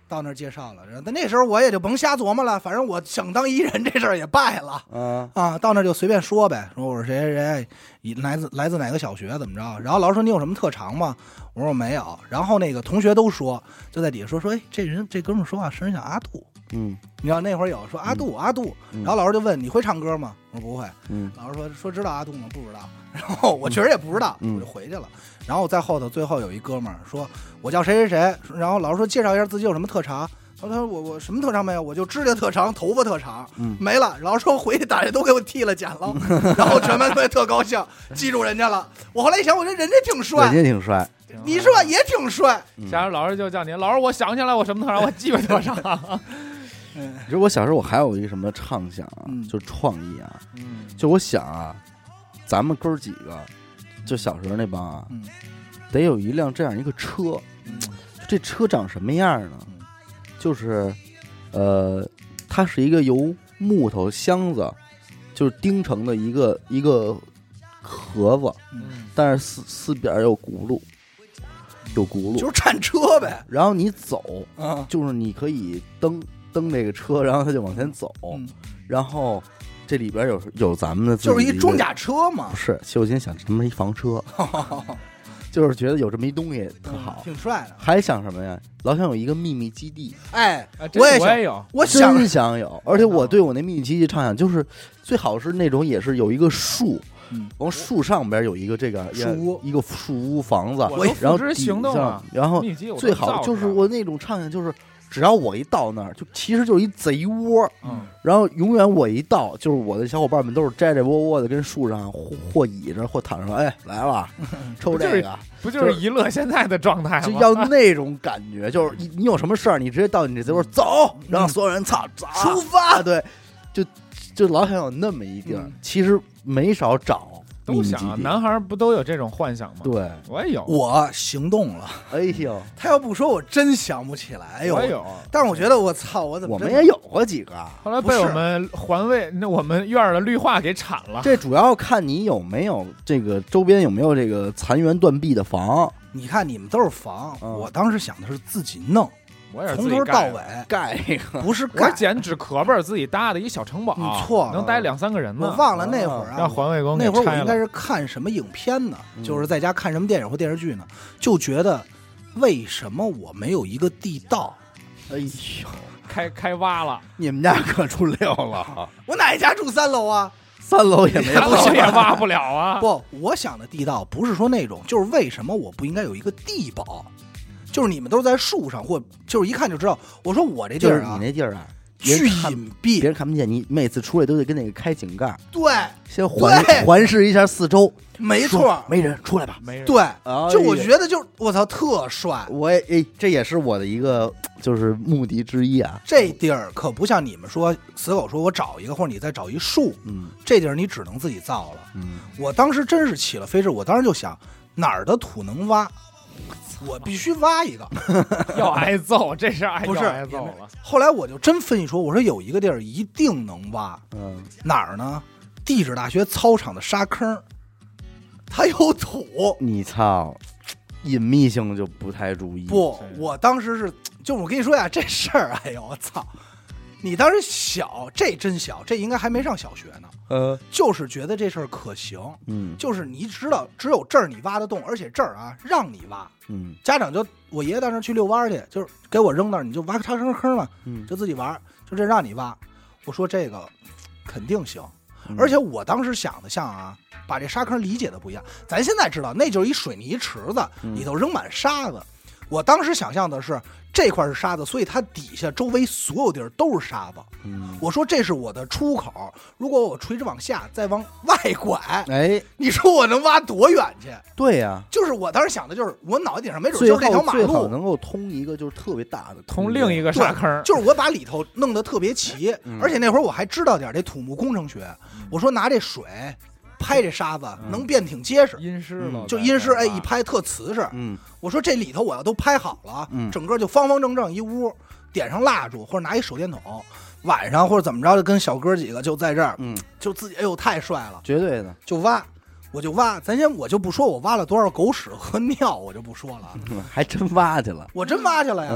到那儿介绍了，但那时候我也就甭瞎琢磨了，反正我想当艺人这事儿也败了， 嗯啊，到那儿就随便说呗，说我是谁谁谁，来自来自哪个小学怎么着，然后老师说你有什么特长吗？我说我没有，然后那个同学都说，就在底下说说，哎，这人这哥们儿说话声像阿杜， 嗯， 你知道那会儿有说阿杜、嗯、阿杜，然后老师就问你会唱歌吗？我说不会，嗯，老师说说知道阿杜吗？不知道，然后我确实也不知道，嗯、我就回去了。然后在后头最后有一哥们儿说我叫谁谁谁，然后老师说介绍一下自己有什么特长。他说我我什么特长没有，我就指甲特长，头发特长，嗯，没了。然后说回去大家都给我剃了剪了，然后全班同学特高兴，记住人家了。我后来一想，我觉得人家挺帅， 人家挺帅， 你是吧？也挺帅。 假如老师就叫你老师，我想起来我什么特长，我记不特长。 你知道我小时候我还有一个什么畅想啊，嗯、就是创意啊，嗯，就我想啊，咱们哥几个，就小时候那帮啊，嗯、得有一辆这样一个车，嗯、这车长什么样呢？就是，呃，它是一个由木头箱子，就是钉成的一个一个盒子，嗯，但是四四边有轱辘，有轱辘， 就是铲车呗。 然后你走，啊、就是你可以蹬蹬这个车，然后它就往前走，嗯、然后这里边有有咱们的， 就是一装甲车嘛。 不是，我今天想什么一房车。就是觉得有这么一东西特好， 嗯、挺帅的。 还想什么呀？老想有一个秘密基地。 哎，我也我也有， 我想真想有。而且我对我那秘密基地畅想，就是最好是那种也是有一个树，嗯，往树上边有一个这个树屋， 一个树屋房子， 然后底下，然后最好就是我那种畅想就是。只要我一到那儿，就其实就是一贼窝，嗯，然后永远我一到，就是我的小伙伴们都是摘摘窝窝的，跟树上或或倚着或躺着，哎，来了，抽这个， 不就是娱乐现在的状态吗？ 就要那种感觉，就是你有什么事儿，你直接到你这贼窝走，然后所有人操出发， 对，就就老想有那么一地儿，其实没少找。 都想啊，男孩不都有这种幻想吗？ 对， 我也有， 我行动了。 哎呦， 他要不说，我真想不起来。哎呦， 我有， 但是我觉得我操，我怎么我们也有过几个， 后来被我们环卫那我们院的绿化给铲了。 这主要看你有没有这个周边有没有这个残垣断壁的房。 你看你们都是房，嗯、我当时想的是自己弄。 我也是从头到尾盖一个， 不是盖， 我捡纸壳儿自己搭的一小城堡， 你错了， 能待两三个人呢。 我忘了那会儿啊， 让环卫工那会儿我应该是看什么影片呢？嗯、就是在家看什么电影或电视剧呢？就觉得为什么我没有一个地道？ 哎呦， 开开挖了， 你们家可出溜了。 我哪家住三楼啊？ 三楼也没三楼也挖不了啊。 不，我想的地道不是说那种，就是为什么我不应该有一个地堡？就是你们都在树上，或就是一看就知道。我说我这地儿啊，你那地儿啊， 巨隐蔽， 别人看不见。你每次出来都得跟那个开井盖， 对， 先环环视一下四周。 没错， 没人出来吧？ 没人。 对，就我觉得就我操特帅。 我也哎，这也是我的一个就是目的之一啊。 这地儿可不像你们说死狗说我找一个，或者你再找一树，嗯，这地儿你只能自己造了。嗯，我当时真是起了飞智，我当时就想哪儿的土能挖。我必须挖一个， 要挨揍，这是挨不是挨揍了。 后来我就真分析说，我说有一个地儿一定能挖，嗯，哪儿呢？地质大学操场的沙坑，它有土。 你操，隐秘性就不太注意。 不，我当时是，就我跟你说呀，这事儿，哎呦我操！你当时小，这真小，这应该还没上小学呢。呃，就是觉得这事儿可行，嗯，就是你知道，只有这儿你挖得动，而且这儿啊让你挖，嗯，家长就我爷爷当时去遛弯去，就是给我扔那儿，你就挖个插生坑嘛，嗯，就自己玩，就这让你挖。我说这个肯定行，嗯、而且我当时想的像啊，把这沙坑理解的不一样。咱现在知道，那就是一水泥池子，里头扔满沙子。我当时想象的是这块是沙子，所以它底下周围所有地儿都是沙子。嗯，我说这是我的出口，如果我垂直往下再往外拐，哎，你说我能挖多远去？ 对呀、啊， 就是我当时想的就是我脑袋顶上没准就是这条马路， 最好能够通一个就是特别大的， 通另一个沙坑， 就是我把里头弄得特别齐，嗯、而且那会儿我还知道点这土木工程学，嗯、我说拿这水。拍这沙子能变挺结实， 阴湿了， 就阴湿，哎，一拍特瓷实。嗯，我说这里头我要都拍好了，嗯，整个就方方正正一屋，点上蜡烛或者拿一手电筒，晚上或者怎么着就跟小哥几个就在这儿，嗯，就自己哎呦太帅了， 绝对的， 就挖，我就挖，咱先我就不说我挖了多少狗屎和尿，我就不说了， 嗯、还真挖去了， 我真挖去了呀。嗯、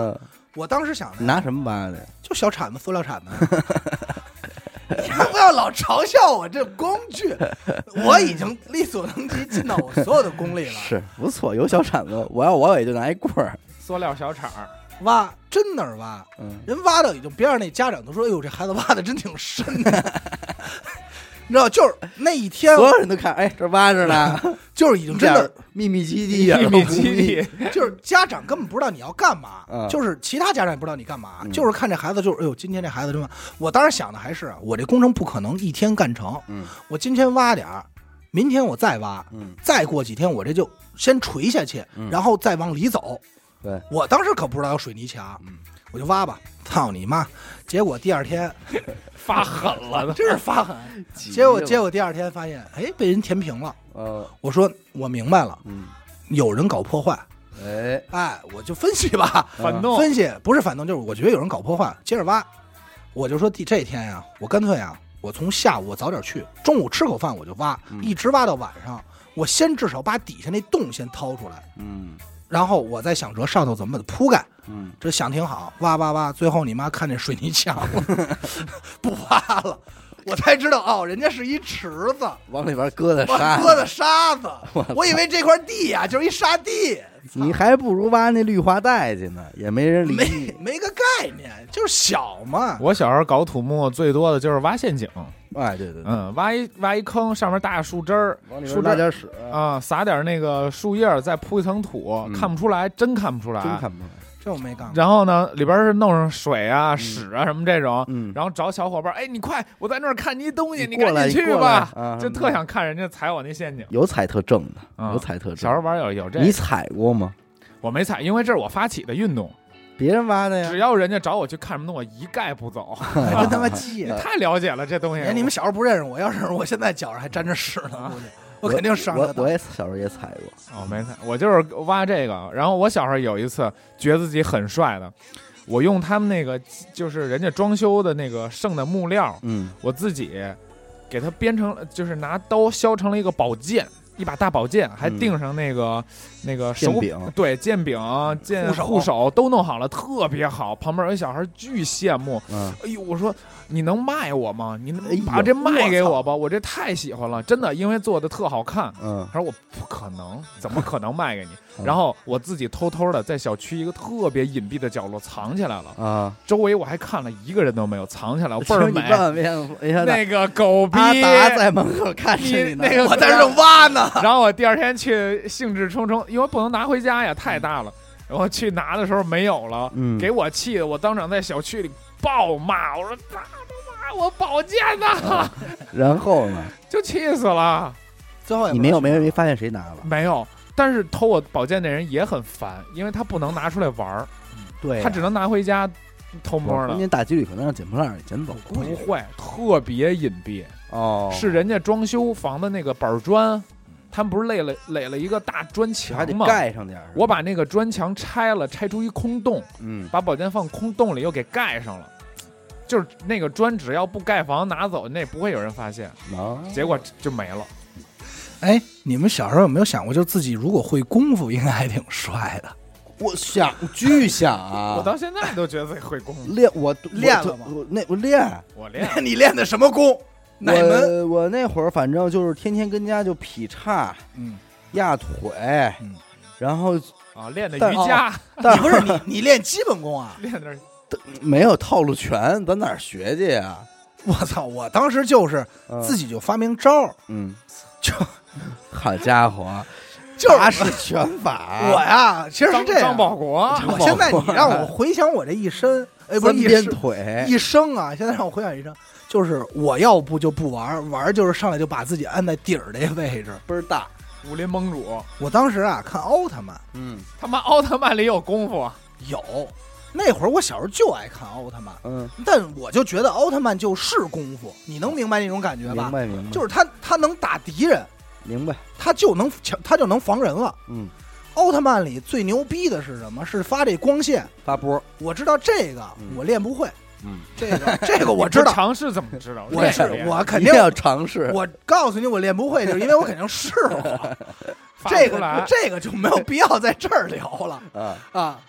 我当时想的拿什么挖的？ 就小铲子，塑料铲子。你还不要老嘲笑我这工具，我已经力所能及尽到我所有的功力了。 是不错，有小铲子，我要我也就拿一棍儿， 塑料小铲儿挖，真的是挖。嗯，人挖到已经边上那家长都说：“哎呦，这孩子挖的真挺深的。”你知道，就是那一天， 所有人都看，哎，这挖着呢， 就是已经真的秘密基地呀， 秘密基地， 就是家长根本不知道你要干嘛，嗯、就是其他家长也不知道你干嘛，嗯、就是看这孩子，就是哎呦，今天这孩子真的，我当时想的还是，我这工程不可能一天干成，嗯，我今天挖点儿，明天我再挖，嗯，再过几天我这就先垂下去，嗯、然后再往里走。 对， 我当时可不知道有水泥墙，嗯，我就挖吧，操你妈！结果第二天。 发狠了， 真是发狠。结果结果第二天发现，哎，被人填平了。呃，我说我明白了，嗯，有人搞破坏。哎哎，我就分析吧， 反动分析不是反动，就是我觉得有人搞破坏。接着挖，我就说第这天呀，我干脆啊，我从下午我早点去，中午吃口饭我就挖，嗯、一直挖到晚上。我先至少把底下那洞先掏出来，嗯。然后我再想着上头怎么把它铺盖，嗯，这想挺好，挖挖挖，最后你妈看见水泥墙了，不挖了，我才知道哦，人家是一池子， 往里边搁的沙， 搁的沙子，我以为这块地呀、啊、就是一沙地， 你还不如挖那绿化带去呢，也没人理你，没没个概念，就是小嘛。 我小时候搞土木最多的就是挖陷阱。 哎，对对对， 嗯，挖一挖一坑，上面搭树枝儿，树拉点屎啊，撒点那个树叶，再铺一层土，嗯、看不出来，真看不出来， 真看不出来， 这我没干过。 然后呢，里边是弄上水啊、嗯、屎啊什么这种，嗯，然后找小伙伴，哎，你快，我在那儿看你东西，你赶紧去吧，啊、就特想看人家踩我那陷阱， 有踩特正的，有踩特正。 小时候玩有有这， 你踩过吗？ 我没踩，因为这是我发起的运动。 别人挖的呀， 只要人家找我去看什么东西，我一概不走。 真他妈气！ 你太了解了这东西。 哎，你们小时候不认识我，要是我现在脚上还沾着屎呢，我肯定上。 我我也小时候也踩过， 哦，没踩，我就是挖这个。然后我小时候有一次觉得自己很帅的，我用他们那个就是人家装修的那个剩的木料，嗯，我自己给它编成，就是拿刀削成了一个宝剑。一把大宝剑，还钉上那个、嗯、那个手剑柄， 对，剑柄、剑护手都弄好了，特别好。旁边有一小孩巨羡慕，嗯、哎呦，我说你能卖我吗？你能把这卖给我吧？我, 我这太喜欢了，真的，因为做的特好看。嗯，他说我不可能，怎么可能卖给你？嗯、然后我自己偷偷的在小区一个特别隐蔽的角落藏起来了啊，周围我还看了一个人都没有，藏起来倍儿美。那个狗逼阿达在门口看着你呢， 那个我在这挖呢。 然后我第二天去兴致冲冲，因为不能拿回家呀，太大了。然后去拿的时候没有了，嗯、给我气的，我当场在小区里暴骂，我说咋他妈我宝剑呢？ 然后呢？ 就气死了。 最后你没有没人没发现谁拿了？ 没有，但是偷我宝剑那人也很烦，因为他不能拿出来玩儿， 对、啊， 他只能拿回家偷摸的。 关键大几率可能让捡破烂给捡走。 不会，特别隐蔽哦，是人家装修房的那个板砖。他们不是垒了垒了一个大砖墙吗？ 还得盖上点。 我把那个砖墙拆了，拆出一空洞，嗯，把宝剑放空洞里又给盖上了。就是那个砖，只要不盖房拿走，那不会有人发现。啊、结果就没了。 哎，你们小时候有没有想过，就自己如果会功夫，应该还挺帅的？ 我想，巨想啊！ 我到现在都觉得自己会功夫。 练我练了吗？ 我那我练， 我练。 你练的什么功？ 我我那会儿反正就是天天跟家就劈叉，嗯，压腿，嗯，然后啊练的瑜伽， 但不是你你练基本功啊？ 练的没有套路拳，咱哪儿学去呀？ 我操！我当时就是自己就发明招，嗯，就好家伙， 就是是拳法。 我呀，其实是这样。 张保国， 我现在你让我回想我这一身，哎，不是一边腿一生啊！现在让我回想一生。就是我要不就不玩，玩就是上来就把自己按在底儿这位置， 倍儿大， 武林盟主。 我当时啊看奥特曼， 嗯，他妈奥特曼里有功夫啊， 有。那会儿我小时候就爱看奥特曼，嗯，但我就觉得奥特曼就是功夫，你能明白那种感觉吧？ 明白明白， 就是他他能打敌人， 明白， 他就能他就能防人了，嗯。奥特曼里最牛逼的是什么？是发这光线发波。 我知道这个，我练不会。嗯，这个这个我知道， 尝试怎么知道？ 我是我肯定要尝试。 我告诉你，我练不会，就是因为我肯定试过。这个这个就没有必要在这儿聊了。啊啊啊！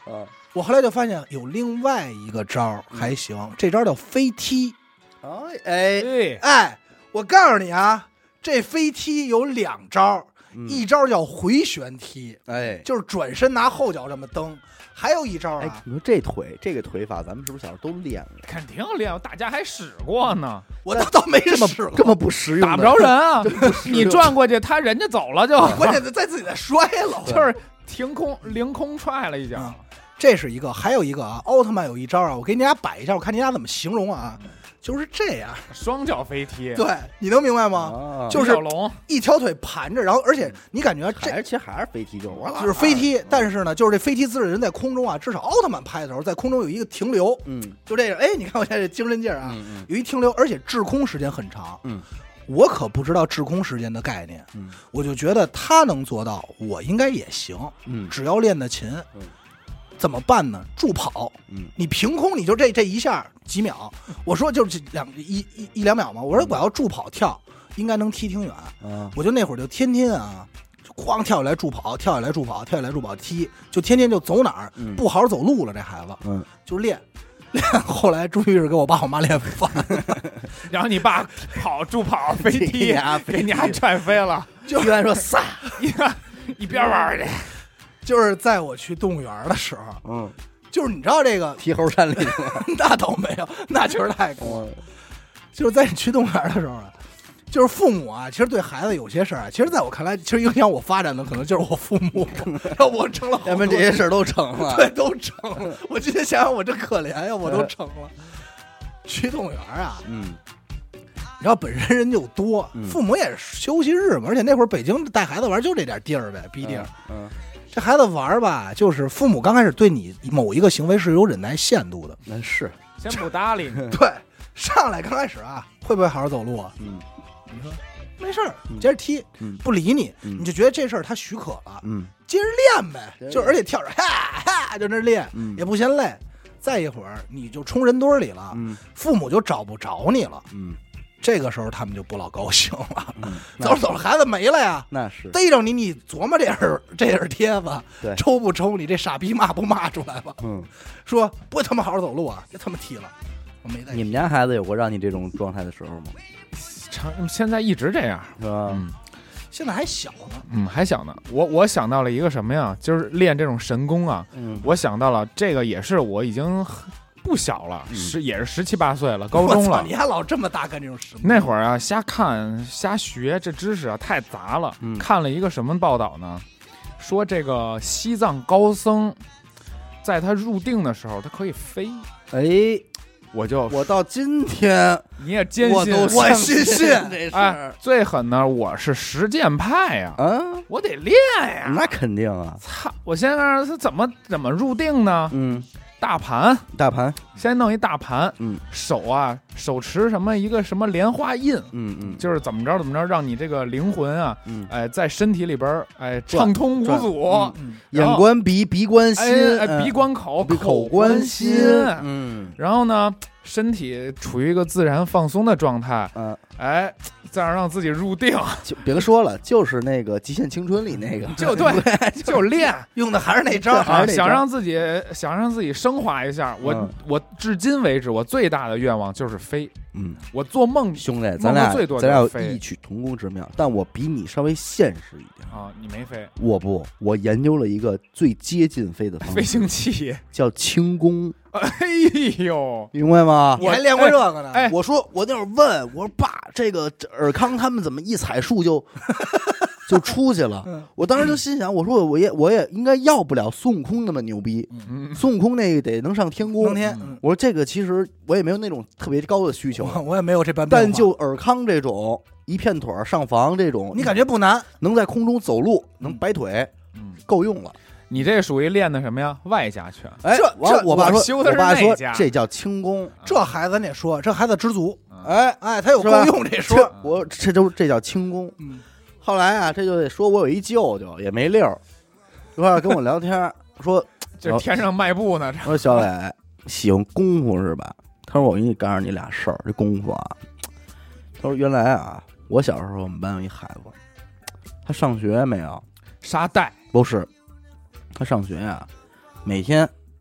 我后来就发现有另外一个招还行，嗯、这招叫飞踢。 哎哎哎，我告诉你啊，这飞踢有两招。嗯、一招叫回旋踢， 哎， 就是转身拿后脚这么蹬；还有一招啊， 哎、你说这腿这个腿法，咱们是不是小时候都练了？ 肯定练，大家还使过呢。 我倒倒没使过， 这么不实用， 打不着人啊！你转过去，他人家走了就， 关键在自己再摔了， 就是停空凌空踹了一脚、 嗯。这是一个，还有一个啊，奥特曼有一招啊，我给你俩摆一下，我看你俩怎么形容啊。就是这样， 双脚飞踢， 对，你能明白吗？ 啊、 就是一条腿盘着，然后而且你感觉这其实还是飞踢，就是就是飞踢，但是呢，就是这飞踢姿势人在空中啊，至少奥特曼拍的时候在空中有一个停留， 嗯， 就这个，哎，你看我现在这精神劲儿啊， 嗯嗯、 有一停留，而且滞空时间很长， 嗯， 我可不知道滞空时间的概念， 嗯， 我就觉得他能做到，我应该也行， 嗯， 只要练得勤， 嗯。 怎么办呢？助跑， 嗯， 你凭空你就这这一下几秒，我说就是两一一一两秒嘛，我说我要助跑跳，应该能踢挺远， 嗯， 我就那会儿就天天啊，哐跳下来助跑，跳下来助跑，跳下来助跑踢，就天天就走哪儿、嗯、不好好走路了，这孩子， 嗯， 就练。练后来终于是给我爸我妈练烦了， 然后你爸跑助跑飞踢，给你还踹飞了， 就原来说撒一边玩去。 就是在我去动物园的时候， 嗯， 就是你知道这个踢猴山里那倒没有，那确实太过了。嗯、就是在你去动物园的时候啊，就是父母啊，其实对孩子有些事儿啊，其实在我看来，其实影响我发展的可能就是我父母，让我成了， 要不然这些事儿都成了， 对，都成了。我今天想想，我真可怜呀，我都成了。去动物园啊， 嗯。 你知道本身人就多， 嗯、 父母也是休息日嘛，而且那会儿北京带孩子玩就这点地儿呗，逼地儿。 嗯。嗯这孩子玩吧，就是父母刚开始对你某一个行为是有忍耐限度的， 那是先不搭理你。 对，上来刚开始啊，会不会好好走路啊？ 嗯， 你说没事儿，接着踢， 嗯、 不理你， 嗯、 你就觉得这事儿他许可了， 嗯， 接着练呗，就而且跳着哈哈就那练， 嗯、 也不嫌累。再一会儿你就冲人堆里了， 嗯， 父母就找不着你了， 嗯。 这个时候他们就不老高兴了， 嗯、 走着走着孩子没了呀， 那是逮着你，你琢磨这是这是帖子， 对， 抽不抽你这傻逼骂不骂出来吧？ 嗯， 说不他妈好好走路啊，就他妈踢了，我没带。 你们家孩子有过让你这种状态的时候吗？ 常现在一直这样， 是吧？ 嗯， 现在还小呢， 嗯，还小呢。我我想到了一个什么呀？就是练这种神功啊， 嗯， 我想到了这个也是我已经。不小了，十、 嗯、 也是十七八岁了，高中了。 你还老这么大干这种事？ 那会儿啊，瞎看瞎学，这知识啊太杂了。 嗯、 看了一个什么报道呢？说这个西藏高僧，在他入定的时候，他可以飞。 哎， 我就我到今天你也坚信， 我都我信信这事。 哎，最狠呢，我是实践派呀， 嗯， 我得练呀。 那肯定啊！ 操，我现在他怎么怎么入定呢？ 嗯。 大盘， 大盘， 先弄一大盘， 嗯， 手啊，手持什么一个什么莲花印， 嗯嗯， 就是怎么着怎么着，让你这个灵魂啊， 嗯， 哎，在身体里边哎畅通无阻， 嗯、眼观鼻，鼻观心， 哎，哎鼻观口， 嗯、口观心，嗯， 然后呢，身体处于一个自然放松的状态， 嗯， 哎。再让自己入定， 就别说了，就是那个《极限青春》里那个， 就对，就练， 用的还是那招啊！想让自己想让自己升华一下，我、嗯、我至今为止我最大的愿望就是飞。 嗯， 我做梦， 兄弟，咱俩最多咱俩有异曲同工之妙，但我比你稍微现实一点啊！你没飞， 我不，我研究了一个最接近飞的方式， 飞行器叫轻功。 哎呦， 明白吗？ 我还练过这个呢。 哎，我说我那会儿问我说爸，这个尔康他们怎么一踩树就就出去了？ 嗯、 我当时就心想，我说我也我也应该要不了孙悟空那么牛逼。 嗯、 孙悟空那个得能上天宫。 能天。嗯、 我说这个其实我也没有那种特别高的需求， 我也没有这般。 但就尔康这种一片腿上房这种， 你感觉不难， 能在空中走路，能摆腿， 嗯， 够用了。 你这属于练的什么呀？外家拳。 哎， 这我我爸说， 修的是我爸说家这叫轻功。 这孩子得说，这孩子知足。 哎哎，他有够用这说。 这我这都这叫轻功。 嗯。 后来啊，这就得说我有一舅舅也没溜儿，一块儿跟我聊天，说这天上迈步呢。 我说小伟喜欢功夫是吧？他说我给你告诉你俩事儿，这功夫啊。他说原来啊，我小时候我们班有一孩子，他上学没有？ 沙袋不是。他上学呀、啊，每天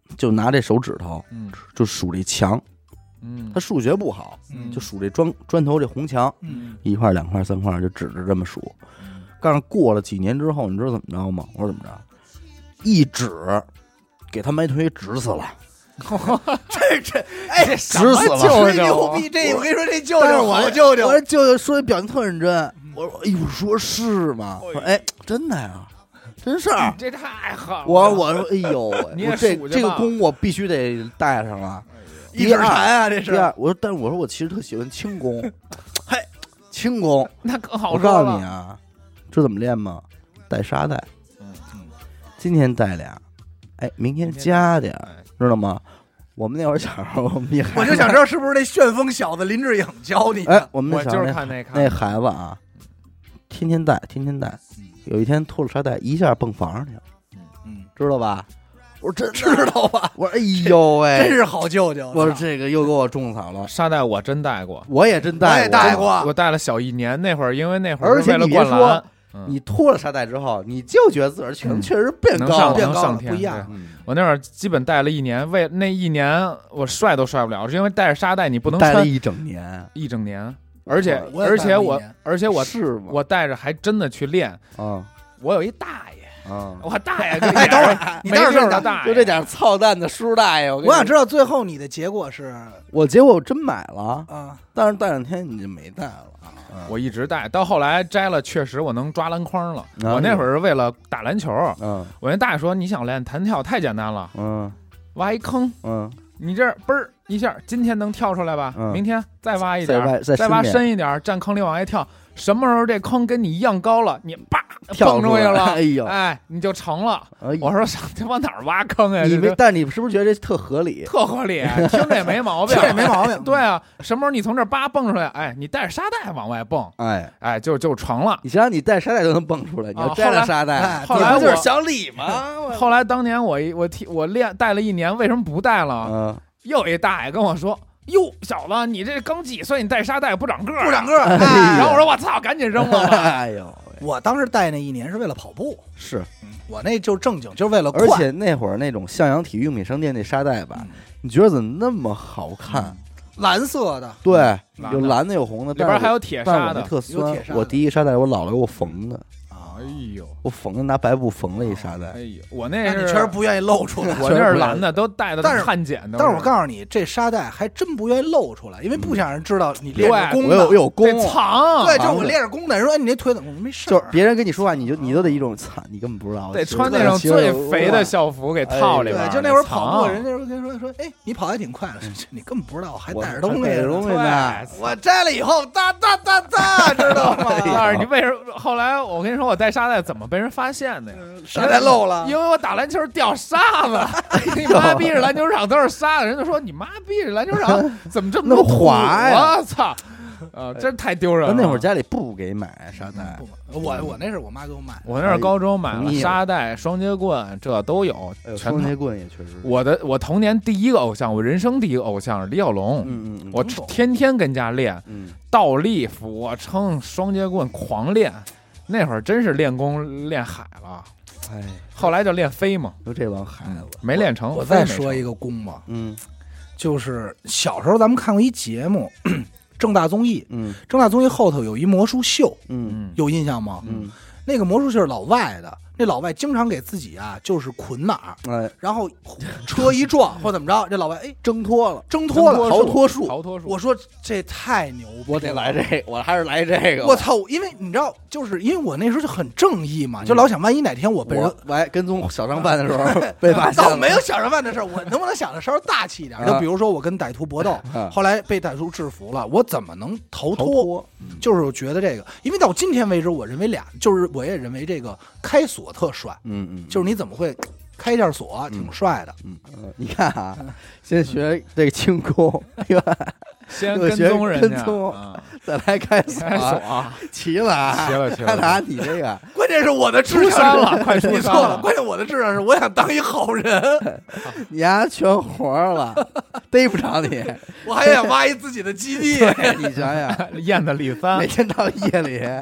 就拿这手指头， 嗯， 就数这墙， 嗯， 他数学不好， 嗯， 就数这砖砖头这红墙， 嗯， 一块两块三块就指着这么数。但是过了几年之后，你知道怎么着吗？我说怎么着？一指给他埋腿指死了。 这这哎， 指死了， 这牛逼！这我跟你说，这舅舅好舅舅， 我说舅舅说的表情特认真。我说哎呦，说是吗？哎，真的呀，真是。 这太狠了！ 我我说哎呦， 你也这这个功我必须得带上啊， 一指禅啊，这是。 我说，但是我说我其实特喜欢轻功，嘿，轻功那更好。 我告诉你啊，这怎么练吗？带沙袋， 嗯嗯， 今天带俩，哎，明天加点，知道吗？我们那会儿小时候，我们一我就想知道是不是那旋风小子林志颖教你的？ 哎，我们那就是看那那孩子啊，天天带，天天带。有一天脱了沙袋，一下蹦房上去了，嗯，知道吧？我说真知道吧？ 我说哎呦喂， 真是好舅舅！ 我说这个又给我种草了。 沙袋我真带过， 我也真带过， 我也带过， 我带了小一年。那会儿因为那会儿为了灌篮。 你脱了沙袋之后，你就觉得自个儿确确实变高，变高了，不一样。 我那会儿基本带了一年，为那一年我帅都帅不了，是因为带着沙袋你不能带了一整年， 一整年，而且而且我而且我是吗？ 我带着还真的去练啊！ 我有一大爷啊， 我大爷， 哎，等会儿你当时的大爷，就这点操蛋的叔大爷， 我想知道最后你的结果是？ 我结果我真买了啊， 但是带两天你就没带了。 我一直带到后来摘了，确实我能抓篮筐了。我那会儿是为了打篮球。 嗯， 我那大爷说：“你想练弹跳太简单了， 嗯， 挖一坑， 嗯， 你这嘣儿一下，今天能跳出来吧？明天再挖一点， 再挖深一点，站坑里往外跳。什么时候这坑跟你一样高了，你叭蹦出去了， 哎呦， 哎，你就成了。我说上他往哪儿挖坑呀？ 你没，但你是不是觉得这特合理？ 特合理，听着也没毛病， 这也没毛病。 对啊，什么时候你从这叭蹦出来，哎，你带着沙袋往外蹦， 哎哎，就就成了。 你想想，你带沙袋都能蹦出来，你要摘了沙袋， 后来不就是小李吗？ 后来当年我我替我练带了一年，为什么不带了？ 嗯， 又一大爷跟我说。哟，小子，你这刚几岁？你带沙袋不长个儿， 不长个儿。 哎、 然后我说我操，赶紧扔了吧。 哎呦， 我当时带那一年是为了跑步， 是、 嗯、我那就正经，就是为了快。 而且那会儿那种向阳体育用品商店那沙袋吧，嗯、你觉得怎么那么好看？ 嗯、蓝色的， 对， 嗯、 有蓝的有红的， 里边还有铁砂的， 特酸。我第一沙袋我姥姥给我缝的。 哎呦， 我缝的拿白布缝了一沙袋。 哎呦，我那是确实不愿意露出来， 我那是蓝的，都带的汉简的。 但是我告诉你，这沙袋还真不愿意露出来，因为不想让人知道你练着功的。我有有功， 藏。 对，就是我练着功的。人说：“哎，你那腿怎么没事？” 就是别人跟你说话，你就你都得一种操，你根本不知道。 得穿那种最肥的校服给套里边。 对，就那会儿跑步，人家说跟说说：“哎，你跑还挺快的，你根本不知道，我还带着东西东西呢。” 我摘了以后，哒哒哒哒，知道吗？ 但是你为什么后来我跟你说我带沙袋怎么被人发现的呀？ 沙袋漏了， 因为我打篮球掉沙子，你妈逼着篮球场都是沙子，人就说你妈逼着篮球场怎么这么滑呀？ 我操！呃，真太丢人了。 那会儿家里不给买沙袋， 我我那是我妈给我买， 我那是高中买了沙袋、双节棍，这都有。 双节棍也确实。 我的我童年第一个偶像，我人生第一个偶像是李小龙。 嗯嗯， 我天天跟家练，倒立、俯卧撑、双节棍狂练。那会儿真是练功练海了， 哎， 后来就练飞嘛， 就这帮孩子没练成。 我再说一个功吧， 嗯， 就是小时候咱们看过一节目，正大综艺， 嗯， 正大综艺后头有一魔术秀， 嗯， 有印象吗？ 嗯， 那个魔术秀是老外的。那老外经常给自己啊，就是捆哪儿， 哎， 然后车一撞或怎么着，这老外哎挣脱了， 挣脱了， 逃脱术， 逃脱术。 我说这太牛逼了， 我得来这个，我还是来这个。 我操，因为你知道，就是因为我那时候就很正义嘛，就老想万一哪天我被人来跟踪小商贩的时候被发现， 倒没有小商贩的事儿，我能不能想的稍微大气一点？就比如说我跟歹徒搏斗，后来被歹徒制服了，我怎么能逃脱？就是我觉得这个，因为到今天为止，我认为俩，就是我也认为这个开锁特帅， 嗯嗯， 就是你怎么会开一下锁，挺帅的， 嗯嗯，你看啊，先学这个轻功， 先跟踪人家， 再来开锁，齐了啊， 齐了齐了， 看拿你这个， 关键是我的智商了，快出山了，关键我的智商是我想当一好人， 你丫全活了，逮不着你， 我还想挖一自己的基地， 你想想， 燕子李三每天到夜里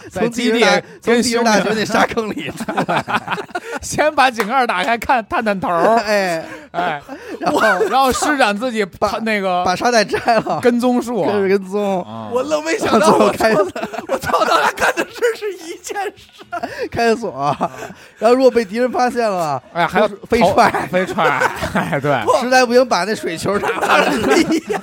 在基地从地质大学那沙坑里出来， 先把井盖打开看探探头， 哎哎，然后然后施展自己把那个把沙袋摘了， 跟踪术， 跟着跟踪， 我愣没想到我开我操到他干的事是一件事， 开锁，然后如果被敌人发现了， 哎，还有飞踹飞踹，哎，对， 实在不行把那水球打翻了。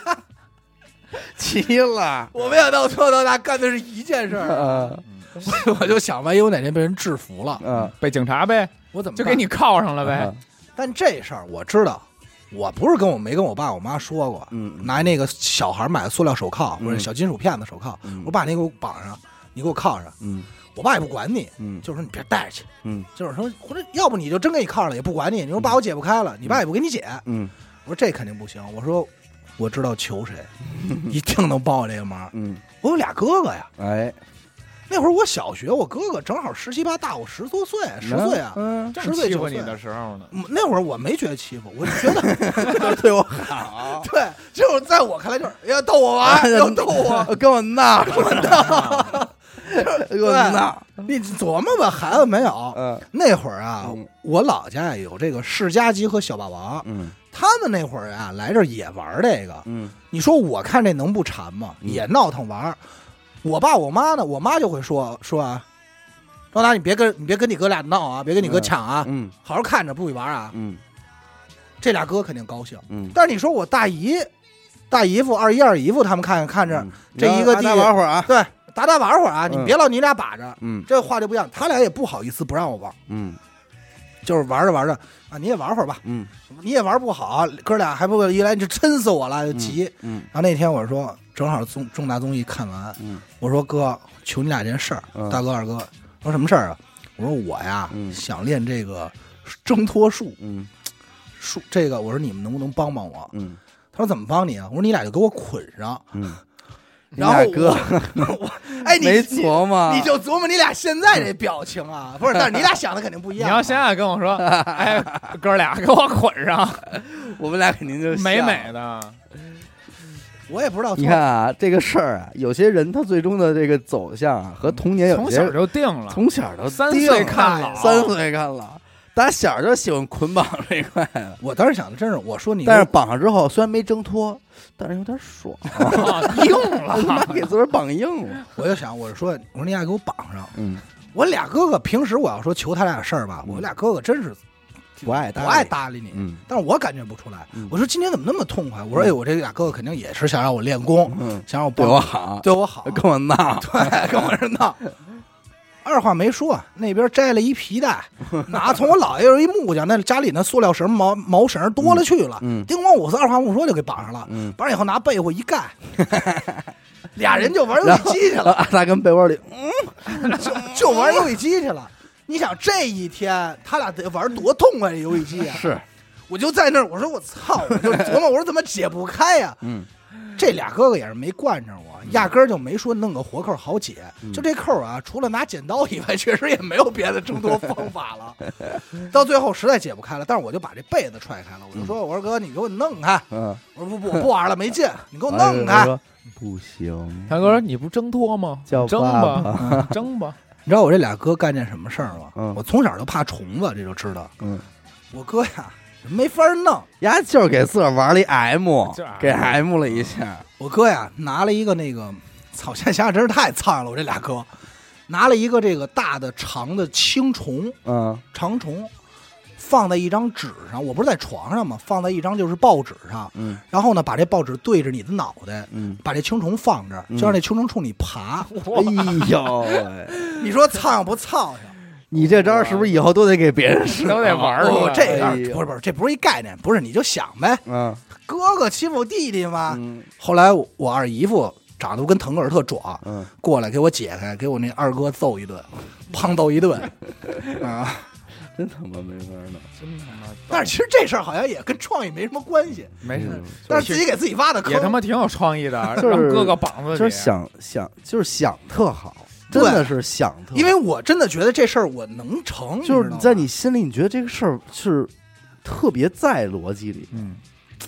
急了！ 我没想到从小到大干的是一件事儿， 嗯， 我就想万一我哪天被人制服了， 嗯， 被警察呗， 我怎么就给你铐上了呗？ 但这事儿我知道，我不是跟我没跟我爸我妈说过， 嗯， 拿那个小孩买的塑料手铐或者小金属片的手铐，我把那给我绑上，你给我铐上， 嗯， 我爸也不管你， 嗯， 就是说你别带去， 嗯， 就是说或者要不你就真给你铐了，也不管你，你说爸我解不开了，你爸也不给你解， 嗯， 我说这肯定不行，我说。我知道求谁，一定能帮我这个忙。 嗯， 我有俩哥哥呀。 哎， 那会儿我小学，我哥哥正好十七八，大我十多岁，十岁啊， 嗯， 十岁欺负你的时候呢。 那会儿我没觉得欺负，我就觉得对我好。 对，就是在我看来就是要逗我玩，要逗我， 跟我闹，跟我闹，跟我闹。 你琢磨吧，孩子没有。 嗯， 那会儿啊，我老家有这个世家鸡和小霸王。 嗯。 他们那会儿啊，来这儿也玩这个。 嗯， 你说我看这能不馋吗？也闹腾玩。我爸我妈呢，我妈就会说说啊，老大你别跟你别跟你哥俩闹啊，别跟你哥抢啊， 嗯， 好好看着，不许玩啊。 嗯， 这俩哥肯定高兴。 嗯， 但是你说我大姨、大姨夫、二姨、二姨夫他们看看着这一个地玩会儿啊， 对，打打玩会儿啊，你别老你俩把着。 嗯， 这话就不一样，他俩也不好意思不让我玩。 嗯。 就是玩着玩着啊，你也玩会儿吧， 嗯， 你也玩不好，哥俩还不一来就抻死我了，就急， 嗯， 然后那天我说正好综重大综艺看完， 嗯， 我说哥，求你俩件事儿，大哥二哥，我说什么事儿啊？我说我呀，想练这个挣脱术， 嗯， 术这个，我说你们能不能帮帮我？ 嗯， 他说怎么帮你啊？我说你俩就给我捆上， 嗯。 然后哥， 哎，你没琢磨， 你就琢磨你俩现在这表情啊，不是？但是你俩想的肯定不一样。 你要现在跟我说，哎，哥俩给我捆上， 我们俩肯定就美美的。 我也不知道。 你看啊，这个事儿啊，有些人他最终的这个走向啊，和童年有从小就定了， 从小就三岁看老， 三岁看老。打小就喜欢捆绑这一块的， 我当时想的真是，我说你， 但是绑上之后虽然没挣脱，但是有点爽， 硬了， 妈给自个儿绑硬了。 我就想，我说，我说你俩给我绑上。 嗯， 我俩哥哥平时我要说求他俩事儿吧，我俩哥哥真是不爱不爱搭理你， 嗯， 但是我感觉不出来。我说今天怎么那么痛快？我说哎，我这俩哥哥肯定也是想让我练功，想让我对我好， 对我好， 跟我闹， 对，跟我这闹。二话没说，那边摘了一皮带，拿从我姥爷有一木匠，那家里那塑料绳毛毛绳多了去了， 嗯， 叮咣五四，二话不说就给绑上了， 嗯， 绑上以后拿被窝一盖，俩人就玩游戏机去了。 他跟被窝里，嗯， 就就玩游戏机去了。你想这一天他俩得玩多痛快的游戏机啊！ 是， 我就在那儿，我说我操，我就琢磨，我说怎么解不开呀？ 嗯。 这俩哥哥也是没惯着我，压根儿就没说弄个活扣好解。就这扣啊，除了拿剪刀以外，确实也没有别的挣脱方法了。到最后实在解不开了，但是我就把这被子踹开了，我就说：“我说哥，你给我弄开。”嗯，我说不不，我不玩了，没劲，你给我弄开。 不行， 大哥说你不挣脱吗？ 叫挣吧，挣吧。 你知道我这俩哥干件什么事儿吗？ 嗯， 我从小就怕虫子，这就知道。 嗯， 我哥呀。没法弄， 丫就是给自个儿玩了一 M， 给 M 了一下。 我哥呀，拿了一个那个，操！现在想想真是太苍了。我这俩哥拿了一个这个大的长的青虫， 嗯， 长虫，放在一张纸上。我不是在床上吗？放在一张就是报纸上， 嗯， 然后呢，把这报纸对着你的脑袋， 嗯， 把这青虫放这儿，就让这青虫冲你爬。 哎呦， 你说苍不苍上？ 你这招是不是以后都得给别人使？ 都得玩哦，这个不是不是，这不是一概念，不是你就想呗。 嗯， 哥哥欺负弟弟嘛。后来我二姨夫长得跟腾格尔特壮， 嗯， 过来给我解开，给我那二哥揍一顿，胖揍一顿啊， 真他妈没法弄， 真他妈。 但是其实这事儿好像也跟创意没什么关系， 没事， 但是自己给自己挖的坑， 也他妈挺有创意的， 让哥哥绑自己， 就是想想就是想特好。真的是想特， 因为我真的觉得这事儿我能成， 就是你在你心里，你觉得这个事儿是特别在逻辑里， 嗯，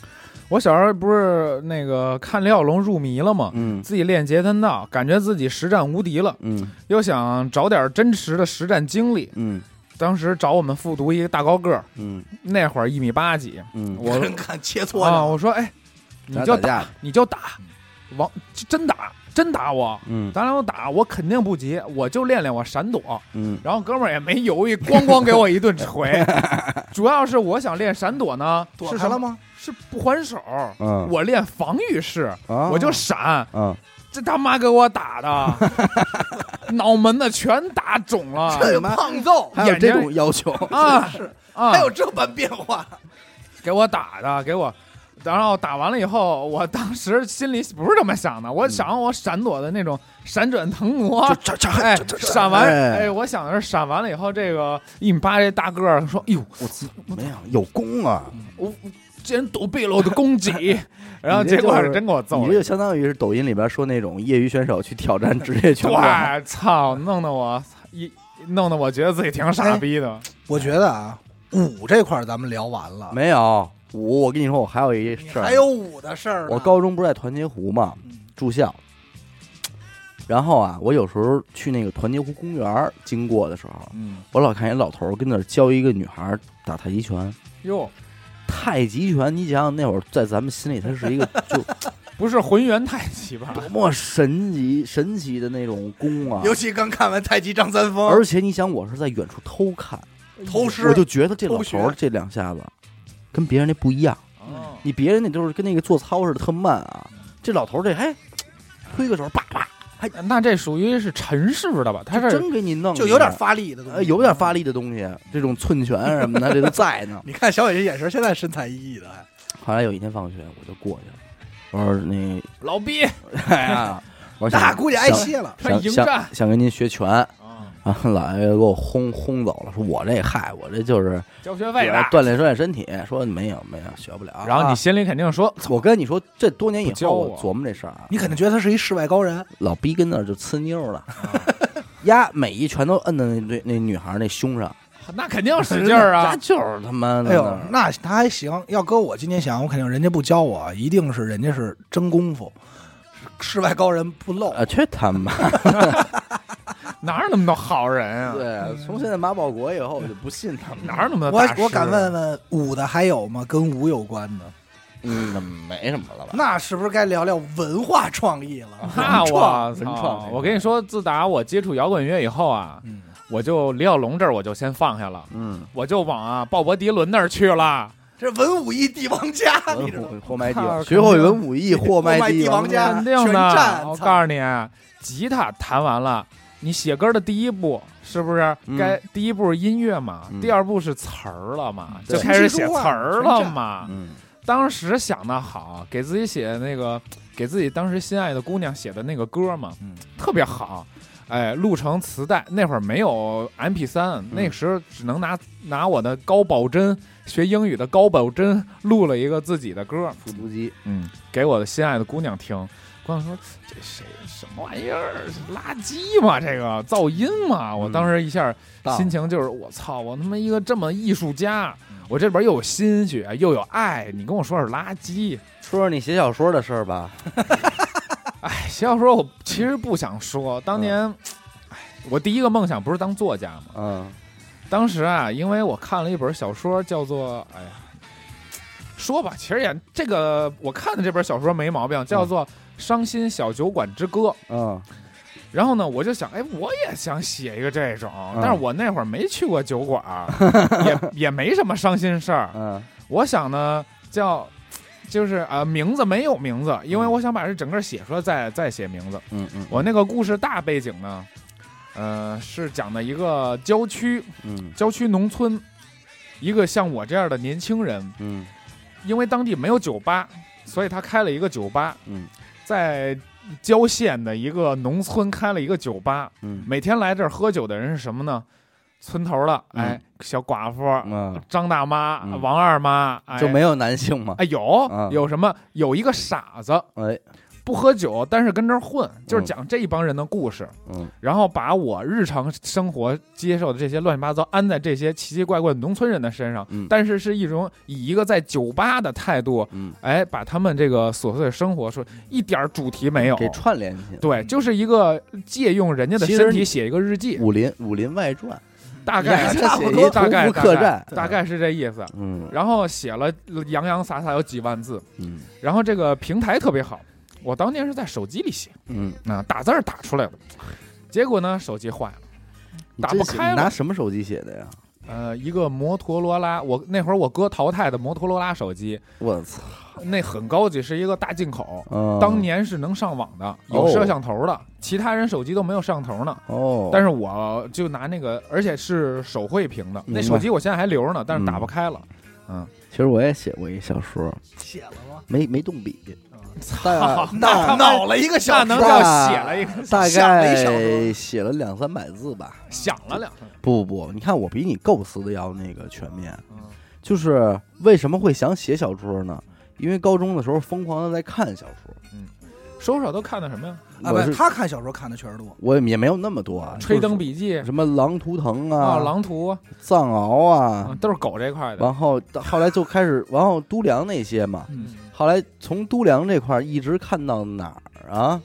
我小时候不是那个看李小龙入迷了吗？ 嗯， 自己练截拳道，感觉自己实战无敌了。 嗯， 又想找点真实的实战经历。 嗯， 当时找我们复读一个大高个儿。 嗯， 那会儿一米八几。 嗯， 我看切磋啊，我说哎，你就打， 你就打，往真打。真打我， 嗯， 咱俩我打，我肯定不急，我就练练我闪躲， 嗯， 然后哥们儿也没犹豫，咣咣给我一顿锤。主要是我想练闪躲呢， 躲开了吗？ 是不还手， 嗯， 我练防御式， 啊、 我就闪， 嗯， 这他妈给我打的，脑门子全打肿了， 这胖揍， 还有这种要求啊， 是啊， 还有这般变化， 给我打的，给我。然后打完了以后，我当时心里不是这么想的，我想我闪躲的那种闪转腾挪，哎，闪完，哎，我想的是闪完了以后，这个一米八这大个儿说：“哎呦， 我怎么样？有功啊！ 我竟然躲避了我的攻击。”然后结果是真给我揍了。 你这就相当于是抖音里边说那种业余选手去挑战职业拳哇，操！弄得我一弄得我觉得自己挺傻逼的。 我觉得啊，武这块咱们聊完了， 没有。武，我跟你说，我还有一事儿， 还有武的事儿。 我高中不是在团结湖嘛，住校。然后啊，我有时候去那个团结湖公园经过的时候， 嗯， 我老看一老头跟那儿教一个女孩打太极拳。 哟， 太极拳，你想想那会儿在咱们心里，它是一个就不是浑圆太极吧？ 多么神奇神奇的那种功啊！ 尤其刚看完太极张三丰， 而且你想，我是在远处偷看， 偷师， 我就觉得这老头这两下子。跟别人那不一样， 哦、 你别人那都是跟那个做操似的特慢啊，这老头这还推个手叭叭，还那这属于是陈式的吧？他是真给你弄， 就有点发力的东西， 呃，有点发力的东西，这种寸拳什么的，这都在呢。 你看小伟这眼神，现在身材奕奕的。 后来有一天放学，我就过去了，我说那老逼， 哎呀，我那估计挨歇了， 想想想跟您学拳。然后姥爷给我轰轰走了，说我这嗨，我这就是交学费的， 锻炼锻炼身体。说没有没有，学不了。 然后你心里肯定说， 我跟你说，这多年以后我琢磨这事儿啊， 你肯定觉得他是一世外高人。 老逼跟那儿就呲妞了，呀，每一拳都摁在那那那女孩那胸上， 那肯定使劲儿啊， 那就是他妈的。 哎呦，那他还行。要搁我今天想，我肯定人家不教我，一定是人家是真功夫，世外高人不露。 啊，去他妈！ 哪有那么多好人啊？ 对，从现在马保国以后，我就不信他们哪有那么多大师。 我我敢问问武的还有吗？跟武有关的？ 嗯，没什么了吧？ 那是不是该聊聊文化创意了？ 那我文创， 我跟你说，自打我接触摇滚乐以后啊， 嗯， 我就李小龙这儿我就先放下了， 嗯， 我就往啊鲍勃迪伦那儿去了。 这文武艺帝王家， 你知道吗？货卖帝王，学会文武艺，货卖帝王家， 肯定的。我告诉你，吉他弹完了。你写歌的第一步是不是该、嗯、第一步是音乐嘛、嗯？第二步是词儿了嘛、嗯？就开始写词儿了嘛？ 嗯， 当时想的好，给自己写那个，给自己当时心爱的姑娘写的那个歌嘛， 嗯， 特别好。哎，录成磁带，那会儿没有 M P 三、嗯，那时候只能拿拿我的高保真学英语的高保真录了一个自己的歌， 复读机， 嗯，给我的心爱的姑娘听。姑娘说：“这谁什么玩意儿？垃圾嘛，这个噪音嘛。嗯”我当时一下心情就是我操，我他妈一个这么艺术家，我这边又有心血又有爱，你跟我说是垃圾？ 说说你写小说的事儿吧。 哎，写小说我其实不想说。当年，嗯、哎，我第一个梦想不是当作家吗？ 嗯， 当时啊，因为我看了一本小说，叫做哎呀，说吧，其实也这个我看的这本小说没毛病，叫做。嗯伤心小酒馆之歌， 嗯， 然后呢，我就想，哎，我也想写一个这种，嗯、但是我那会儿没去过酒馆，也也没什么伤心事儿， 嗯， 我想呢，叫，就是啊、呃，名字没有名字，因为我想把这整个写出来再再写名字， 嗯嗯， 我那个故事大背景呢，呃，是讲的一个郊区， 嗯， 郊区农村，一个像我这样的年轻人， 嗯， 因为当地没有酒吧，所以他开了一个酒吧， 嗯。 在郊县的一个农村开了一个酒吧， 嗯， 每天来这儿喝酒的人是什么呢？村头的，哎， 嗯、 小寡妇， 嗯、 张大妈、 嗯、 王二妈，哎、 就没有男性吗？ 哎，有、 嗯、 有什么？有一个傻子， 哎， 不喝酒，但是跟这儿混，就是讲这一帮人的故事。 嗯， 然后把我日常生活接受的这些乱七八糟安在这些奇奇怪怪的农村人的身上， 嗯， 但是是一种以一个在酒吧的态度， 嗯， 哎，把他们这个琐碎的生活说一点主题没有， 给串联起来。 对，就是一个借用人家的身体写一个日记， 武林武林外传。 大概差不多， 大概客栈， 大概是这意思。 嗯， 然后写了洋洋洒洒有几万字。 嗯， 然后这个平台特别好，我当年是在手机里写， 嗯， 啊，打字打出来的。结果呢，手机坏了，打不开了。 你拿什么手机写的呀？ 呃，一个摩托罗拉，我那会儿我哥淘汰的摩托罗拉手机。 我操！ 那很高级，是一个大进口， 哦， 当年是能上网的，有摄像头的，哦，其他人手机都没有摄像头呢。 哦， 但是我就拿那个，而且是手绘屏的，那手机我现在还留着呢，但是打不开了。嗯， 嗯其实我也写过一小说， 写了吗？ 没没动笔。 操， 那脑了一个小说， 那能叫写了一个， 大概写了两三百字吧， 想了两三。 不不不，你看我比你构思的要那个全面。就是为什么会想写小说呢？因为高中的时候疯狂的在看小说。 嗯，说说都看的什么呀？ 啊，不，他看小说看的确实多， 我也没有那么多啊。 吹灯笔记， 什么狼图腾啊， 哦、狼图、 藏獒啊、 嗯，都是狗这块的。 然后后来就开始，然后都良那些嘛。 嗯， 后来从都良这块一直看到哪儿啊？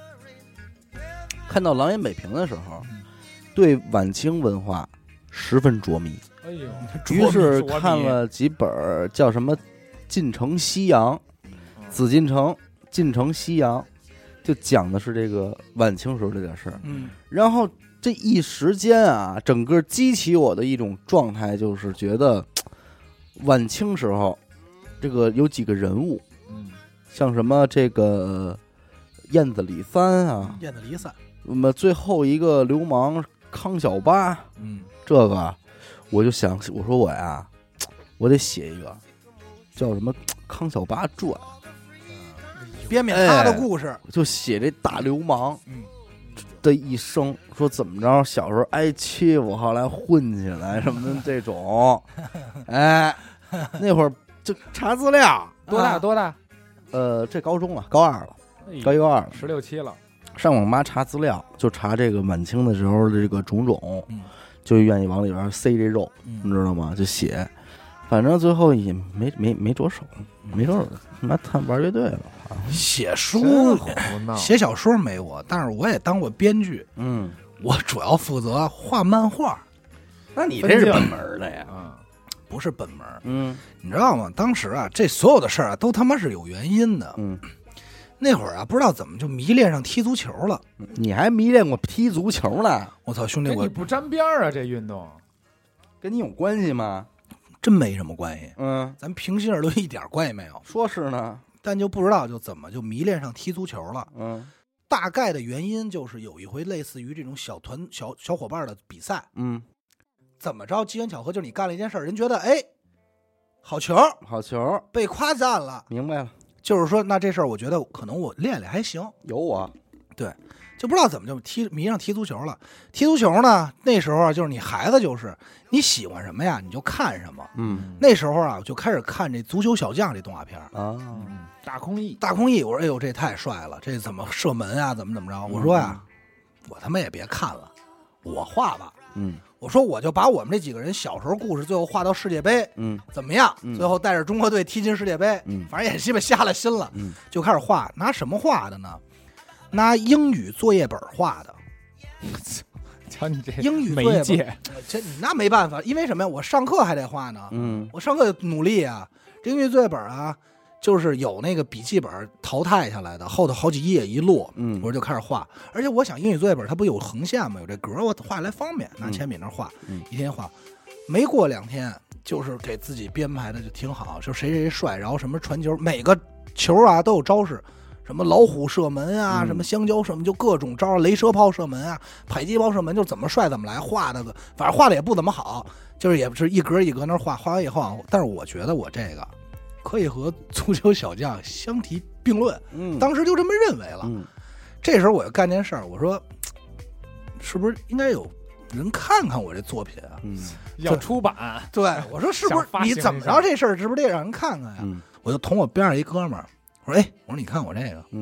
看到狼烟北平的时候，对晚清文化十分着迷。 哎呦， 于是看了几本叫什么《晋城西洋》、《紫禁城》、《晋城西洋》，就讲的是这个晚清时候这点事儿。 嗯， 然后这一时间啊，整个激起我的一种状态，就是觉得晚清时候这个有几个人物， 嗯， 像什么这个燕子李三啊， 燕子李三， 那么最后一个流氓康小八， 嗯， 这个。我就想，我说我呀，我得写一个叫什么《康小八传》， 编编他的故事， 哎、就写这大流氓的一生，说怎么着，小时候挨欺负，后来混起来什么的这种，哎，那会儿就查资料， 多大多大？ 呃，这高中了，高二了，高一高二了， 十六七了， 上网吧查资料，就查这个晚清的时候的这个种种。 嗯就愿意往里边塞这肉，你知道吗？就写，反正最后也没没没着手，没着手，妈他玩乐队了。 写书、写小说没我，但是我也当过编剧。 嗯， 我主要负责画漫画。 那你这是本门的呀？ 不是本门。 嗯， 你知道吗？当时啊，这所有的事儿啊，都他妈是有原因的。 嗯。 那会儿啊，不知道怎么就迷恋上踢足球了。 你还迷恋过踢足球呢？ 我操，兄弟，我你不沾边啊！这运动跟你有关系吗？ 真没什么关系。 嗯， 咱平心而论一点关系没有。 说是呢， 但就不知道就怎么就迷恋上踢足球了。 嗯， 大概的原因就是有一回类似于这种小团小小伙伴的比赛。 嗯， 怎么着机缘巧合，就是你干了一件事，人觉得哎，好球， 好球， 被夸赞了。 明白了。 就是说，那这事儿我觉得可能我练练还行， 有我， 对，就不知道怎么就踢迷上踢足球了。踢足球呢，那时候啊，就是你孩子就是你喜欢什么呀，你就看什么。 嗯， 那时候啊，我就开始看这《足球小将》这动画片啊， 大空翼， 大空翼，我说哎呦这太帅了，这怎么射门啊，怎么怎么着？我说呀，我他妈也别看了，我画吧。 嗯。 我说我就把我们这几个人小时候故事最后画到世界杯， 嗯， 怎么样？ 嗯、 最后带着中国队踢进世界杯， 嗯， 反正也基本下了心了， 嗯， 就开始画。拿什么画的呢？拿英语作业本画的。 瞧你这英语作业本，这那没办法，因为什么呀？我上课还得画呢， 嗯， 我上课努力啊。这英语作业本啊，就是有那个笔记本淘汰下来的，后头好几页一摞， 嗯， 我就开始画。而且我想英语作业本它不有横线吗？有这格，我画来方便，拿铅笔那画， 嗯， 一天画。没过两天，就是给自己编排的就挺好，就谁谁帅，然后什么传球，每个球啊都有招式，什么老虎射门啊， 嗯、 什么香蕉射门，就各种招，雷射炮射门啊，迫击炮射门，就怎么帅怎么来，画的个，反正画的也不怎么好，就是也是一格一格那画，画完以后，但是我觉得我这个可以和足球小将相提并论， 嗯， 当时就这么认为了。 嗯， 这时候我就干件事儿，我说，是不是应该有人看看我这作品啊？ 嗯， 要出版。 对，我说是不是你怎么着这事儿，是不是得让人看看呀？ 嗯， 我就同我边上一哥们儿，我说，哎，我说你看我这个， 嗯，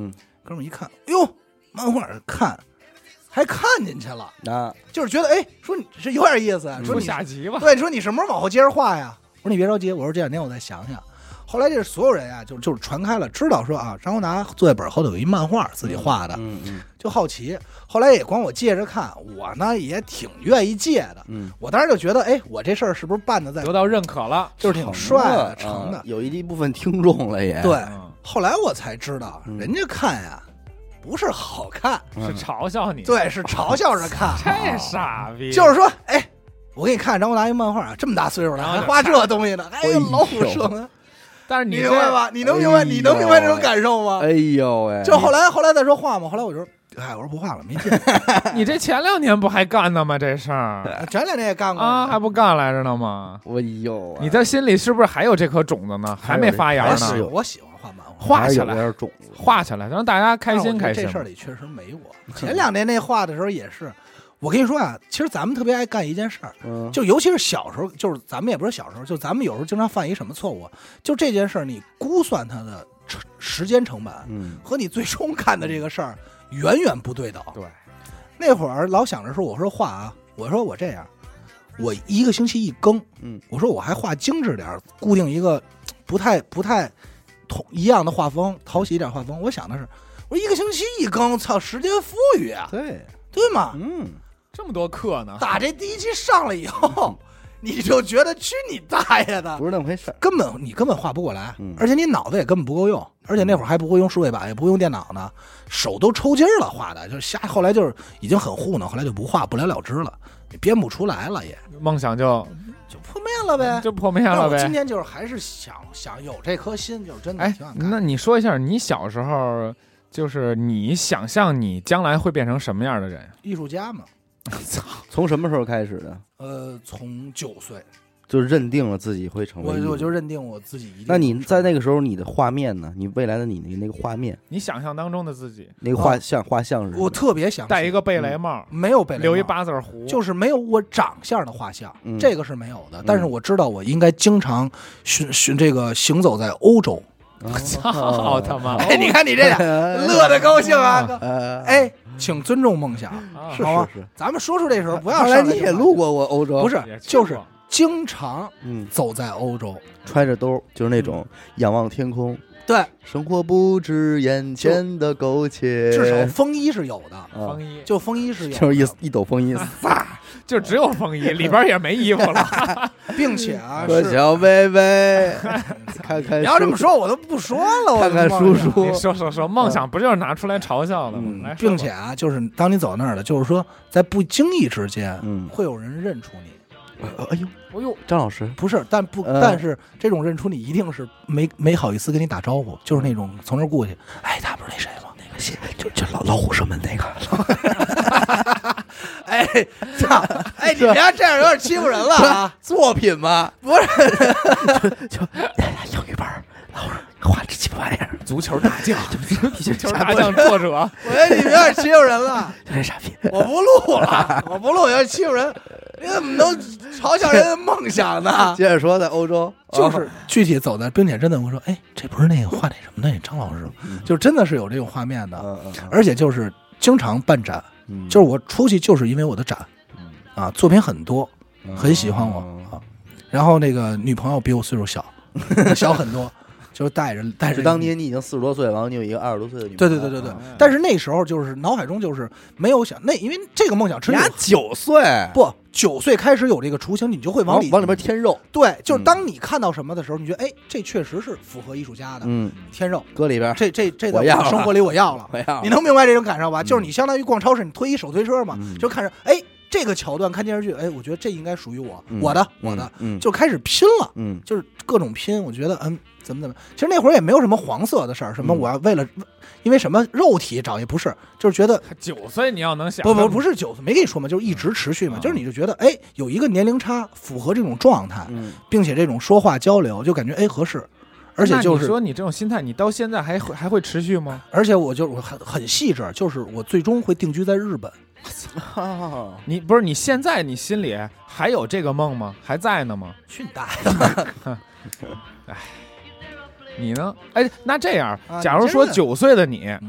哥们一看，哟，漫画看，还看进去了啊，就是觉得哎，说你是有点意思，说你下集吧， 对，说你什么时候往后接着画呀？我说你别着急，我说这两天我再想想。后来这所有人啊，就就是传开了，知道说啊，张宏达作业本后头有一漫画自己画的， 嗯嗯， 就好奇。后来也管我借着看，我呢也挺愿意借的。嗯，我当时就觉得，哎，我这事儿是不是办的在得到认可了， 就是挺帅的，成的， 有一部分听众了也。 对，后来我才知道，人家看呀。不是好看， 是嘲笑你。 对，是嘲笑着看。 这傻逼！ 就是说，哎，我给你看张宏达一漫画，这么大岁数了还画这东西呢，还有老虎蛇呢。 但是你明白吧？你能明白？你能明白这种感受吗？ 哎呦喂！ 就后来后来再说画嘛，后来我就说，哎，我说不画了，没劲。 你这前两年不还干呢吗？这事儿前两年也干过啊，还不干来着呢吗？ 哎呦， 你在心里是不是还有这颗种子呢？还没发芽呢？ 我喜欢画漫画， 画起来，画起来，让大家开心开心。 这事儿里确实没我。前两年那画的时候也是。我跟你说啊，其实咱们特别爱干一件事儿，嗯，就尤其是小时候，就是咱们也不是小时候，就咱们有时候经常犯一什么错误，就这件事儿，你估算它的时间成本，嗯，和你最终干的这个事儿远远不对等。 对， 那会儿老想着说，我说画啊，我说我这样，我一个星期一更，嗯，我说我还画精致点，固定一个不太不太同一样的画风，讨喜一点画风。我想的是，我一个星期一更，操，时间富裕啊， 对对吗？ 嗯。 这么多课呢， 打这第一期上了以后，你就觉得去你大爷的， 不是那么回事， 根本你根本画不过来，嗯、而且你脑子也根本不够用，而且那会儿还不会用数位板，也不会用电脑呢，手都抽筋了，画的就是瞎。后来就是已经很糊弄，后来就不画，不了了之了，你编不出来了也， 梦想就就破灭了呗， 就破灭了呗。 今天就是还是想想有这颗心，就是真的。 哎，那你说一下，你小时候就是你想象你将来会变成什么样的人？ 艺术家嘛。 操！从什么时候开始的？ 呃，从九岁就认定了自己会成为。 我我就认定我自己一定。 那你在那个时候，你的画面呢？你未来的你那那个画面， 你想象当中的自己， 那个画像、哦、画像是？ 我特别想戴一个贝雷帽， 嗯、没有贝雷帽， 留一八字胡， 就是没有我长相的画像，嗯、这个是没有的。但是我知道我应该经常巡巡这个行走在欧洲。 我操他妈！ 哎，你看你这乐得高兴啊！哎，请尊重梦想， 是是是。 咱们说出这时候不要。 后来你也路过过欧洲， 不是，就是经常走在欧洲， 揣着兜，就是那种仰望天空。 对， 生活不止眼前的苟且， 至少风衣是有的， 风衣就风衣是有的， 就是一一抖风衣，撒， 就只有风衣，里边也没衣服了， 并且啊， 是小贝贝，看看， 你要这么说，我都不说了， 看看叔叔， 说说说，梦想不就是拿出来嘲笑的吗？ 并且啊，就是当你走到那儿了，就是说，在不经意之间，嗯，会有人认出你。 哎呦，哎呦，张老师不是，但不，呃、但是这种认出你一定是没没好意思跟你打招呼，就是那种从那儿过去，哎，他不是那谁吗？那个就就老老虎射门那个。哎，操！哎，你别这样，有点欺负人了啊！ 作品吗？ 不是， 就就英语班老师画这鸡巴玩意儿， 足球大将，足球大将作者。 我觉得你有点欺负人了， 这傻逼！ 我不录了，我不录，有点欺负人。你怎么能嘲笑人的梦想呢？ 接着说，在欧洲， 就是具体走在，并且真的会说，哎，这不是那个画那什么的那张老师，就真的是有这种画面的，而且就是经常办展，就是我出去就是因为我的展，啊，作品很多，很喜欢我啊，然后那个女朋友比我岁数小，小很多。就带着带着， 当年你已经四十多岁，然后你有一个二十多岁的女朋友。 对对对对对。但是那时候就是脑海中就是没有想那，因为这个梦想， 你九岁不九岁开始有这个雏形，你就会往里往里边添肉。 对，就是当你看到什么的时候，你觉得哎，这确实是符合艺术家的，嗯，添肉搁里边。 这这这在我生活里我要了， 我要。 你能明白这种感受吧？就是你相当于逛超市，你推一手推车嘛，就看着哎。这个桥段看电视剧，哎，我觉得这应该属于我， 嗯、 我的，我的，嗯，就开始拼了，嗯，就是各种拼。我觉得，嗯，怎么怎么，其实那会儿也没有什么黄色的事儿，什么我要为了，嗯、因为什么肉体长也不是，就是觉得九岁你要能想， 不不不是九岁，没跟你说嘛，就是一直持续嘛，嗯、就是你就觉得，哎，有一个年龄差符合这种状态，嗯、并且这种说话交流就感觉哎合适。而且就是你说你这种心态，你到现在还会还会持续吗？ 而且我就我很很细致，就是我最终会定居在日本。 你不是你现在你心里还有这个梦吗？还在呢吗？ 去你大爷！ 哎，你呢？哎，那这样，假如说九岁的你，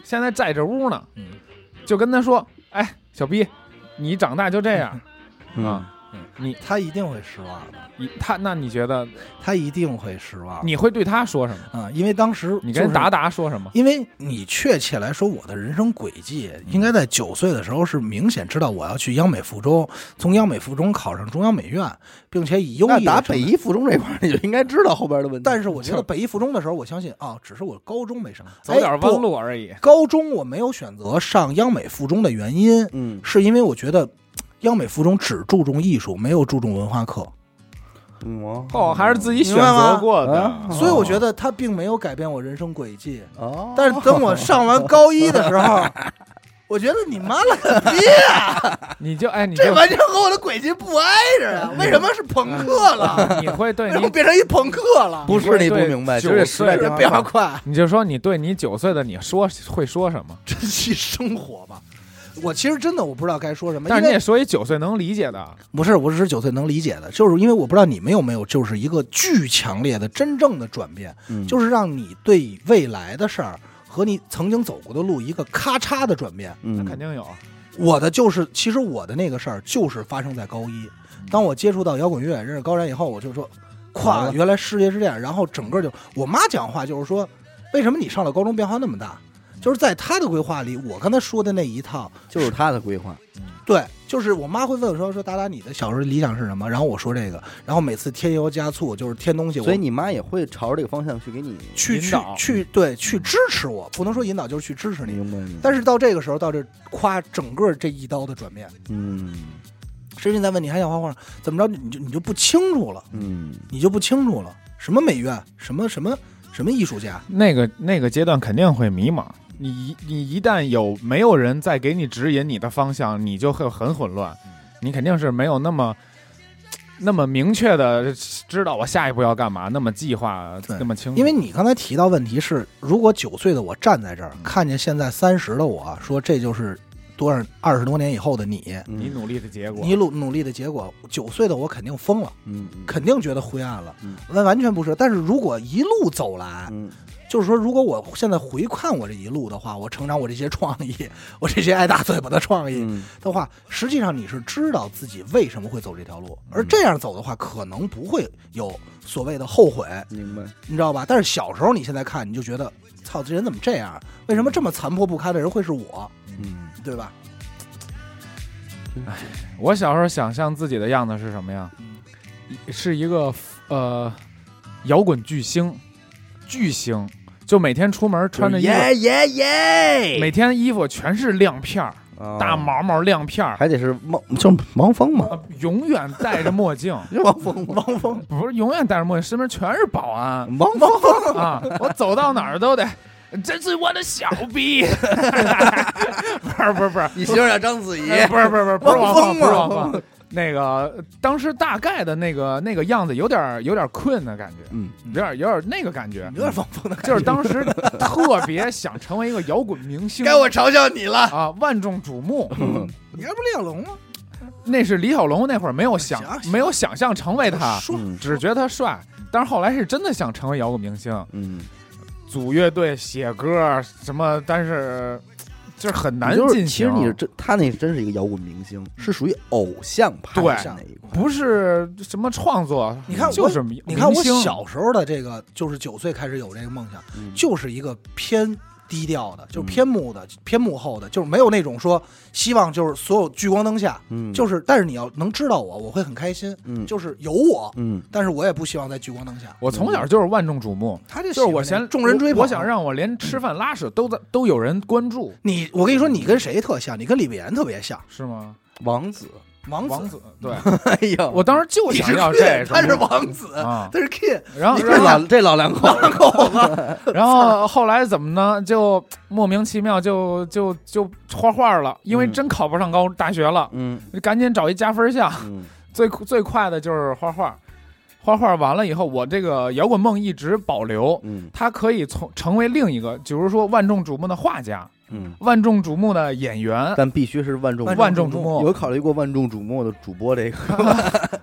现在在这屋呢， 嗯， 就跟他说，哎，小逼，你长大就这样， 嗯、 啊。你他一定会失望的， 你他那你觉得他一定会失望？ 你会对他说什么？ 啊、嗯，因为当时你跟达达说什么？ 因为你确切来说，我的人生轨迹应该在九岁的时候是明显知道我要去央美附中，从央美附中考上中央美院，并且以优异。 打北一附中这块你就应该知道后边的问题。 但是我觉得北一附中的时候，我相信啊，只是我高中没上， 走点弯路而已。 高中我没有选择上央美附中的原因， 嗯， 是因为我觉得。央美附中只注重艺术，没有注重文化课。 嗯哦，还是自己选择过的， 啊、所以我觉得他并没有改变我人生轨迹。哦，但是等我上完高一的时候，我觉得你妈了个逼啊！ 你就哎，你就这完全和我的轨迹不挨着啊！为什么是朋克了？ 你会对你变成一朋克了？ 不是你不明白，就是时代变化快。 你就说你对你九岁的你说会说什么？ 珍惜生活吧。我其实真的我不知道该说什么， 但是你也说一九岁能理解的， 不是，我只是九岁能理解的，就是因为我不知道你们有没有，就是一个巨强烈的真正的转变， 嗯、 就是让你对未来的事儿和你曾经走过的路一个咔嚓的转变。 嗯，那肯定有。 我的就是，其实我的那个事儿就是发生在高一，当我接触到摇滚乐，认识高燃以后，我就说，咵，原来世界是这样。然后整个就，我妈讲话就是说，为什么你上了高中变化那么大？就是在他的规划里，我跟他说的那一套就是他的规划。 对，就是我妈会问我说：“说达达，你的小时候理想是什么？”然后我说这个，然后每次添油加醋，就是添东西。 所以你妈也会朝着这个方向去给你去去去，对，去支持我，不能说引导，就是去支持你。 明白。 但是到这个时候，到这夸整个这一刀的转变， 嗯， 甚至在问你还想画画，怎么着？你就你就不清楚了， 嗯， 你就不清楚了，什么美院，什么什么什么艺术家， 那个那个阶段肯定会迷茫。你一你一旦有没有人再给你指引你的方向，你就会很混乱，你肯定是没有那么那么明确的知道我下一步要干嘛，那么计划那么清楚。 因为你刚才提到问题是，如果九岁的我站在这儿，看见现在三十的我说这就是多少二十多年以后的你， 你努力的结果， 你努努力的结果，九岁的我肯定疯了， 嗯， 肯定觉得灰暗了， 嗯， 那完全不是。但是如果一路走来， 嗯。 就是说，如果我现在回看我这一路的话，我成长，我这些创意，我这些爱大嘴巴的创意的话，实际上你是知道自己为什么会走这条路，而这样走的话，可能不会有所谓的后悔， 明白？ 你知道吧？但是小时候你现在看，你就觉得，操，这人怎么这样？为什么这么残破不堪的人会是我？ 嗯， 对吧？ 哎，我小时候想象自己的样子是什么样？是一个呃摇滚巨星。巨星就每天出门穿着衣服， 耶耶耶， 每天衣服全是亮片儿，哦、大毛毛亮片儿， 还得是王，就王峰嘛、 呃，永远戴着墨镜， 王峰，王峰不是永远戴着墨镜，身边全是保安， 王峰啊，我走到哪儿都得。这是我的小逼，不是不是不是， 你媳妇叫章子怡， 不是不是不是不是王峰，不是王峰。那个当时大概的那个那个样子有点有点困的感觉， 嗯， 有点有点那个感觉， 有点放风的感觉， 就是当时特别想成为一个摇滚明星。 该我嘲笑你了啊！万众瞩目， 嗯、你还不李小龙吗？ 那是李小龙那会儿没有想没有想象成为他， 嗯、 只觉得他帅，但是后来是真的想成为摇滚明星， 嗯， 组乐队写歌什么，但是。就是很难进行。 其实你是真，他那真是一个摇滚明星，是属于偶像派那一块， 不是什么创作。 你看， 就是你看我小时候的这个，就是九岁开始有这个梦想， 嗯、 就是一个偏低调的，就是偏幕的、嗯、偏幕后的，就是没有那种说希望就是所有聚光灯下， 嗯， 就是但是你要能知道我，我会很开心， 嗯， 就是有我， 嗯， 但是我也不希望在聚光灯下。 我从小就是万众瞩目， 他这就是我嫌众人追捧， 我想让我连吃饭拉屎都在都有人关注你。我跟你说，你跟谁特像？你跟李碧岩特别像， 是吗？ 王子。 王子， 王子对， 哎呀， 我当时就想要这种， 他是王子， 啊、 他是 King， 然后这老这老两口口子， 然后后来怎么呢？就莫名其妙就就就画画了，因为真考不上高大学了， 嗯， 赶紧找一加分项， 嗯， 最最快的就是画画。画画完了以后，我这个摇滚梦一直保留， 嗯， 它可以从成为另一个，比如说万众瞩目的画家， 嗯， 万众瞩目的演员， 但必须是万众万众瞩目。 有考虑过万众瞩目的主播这个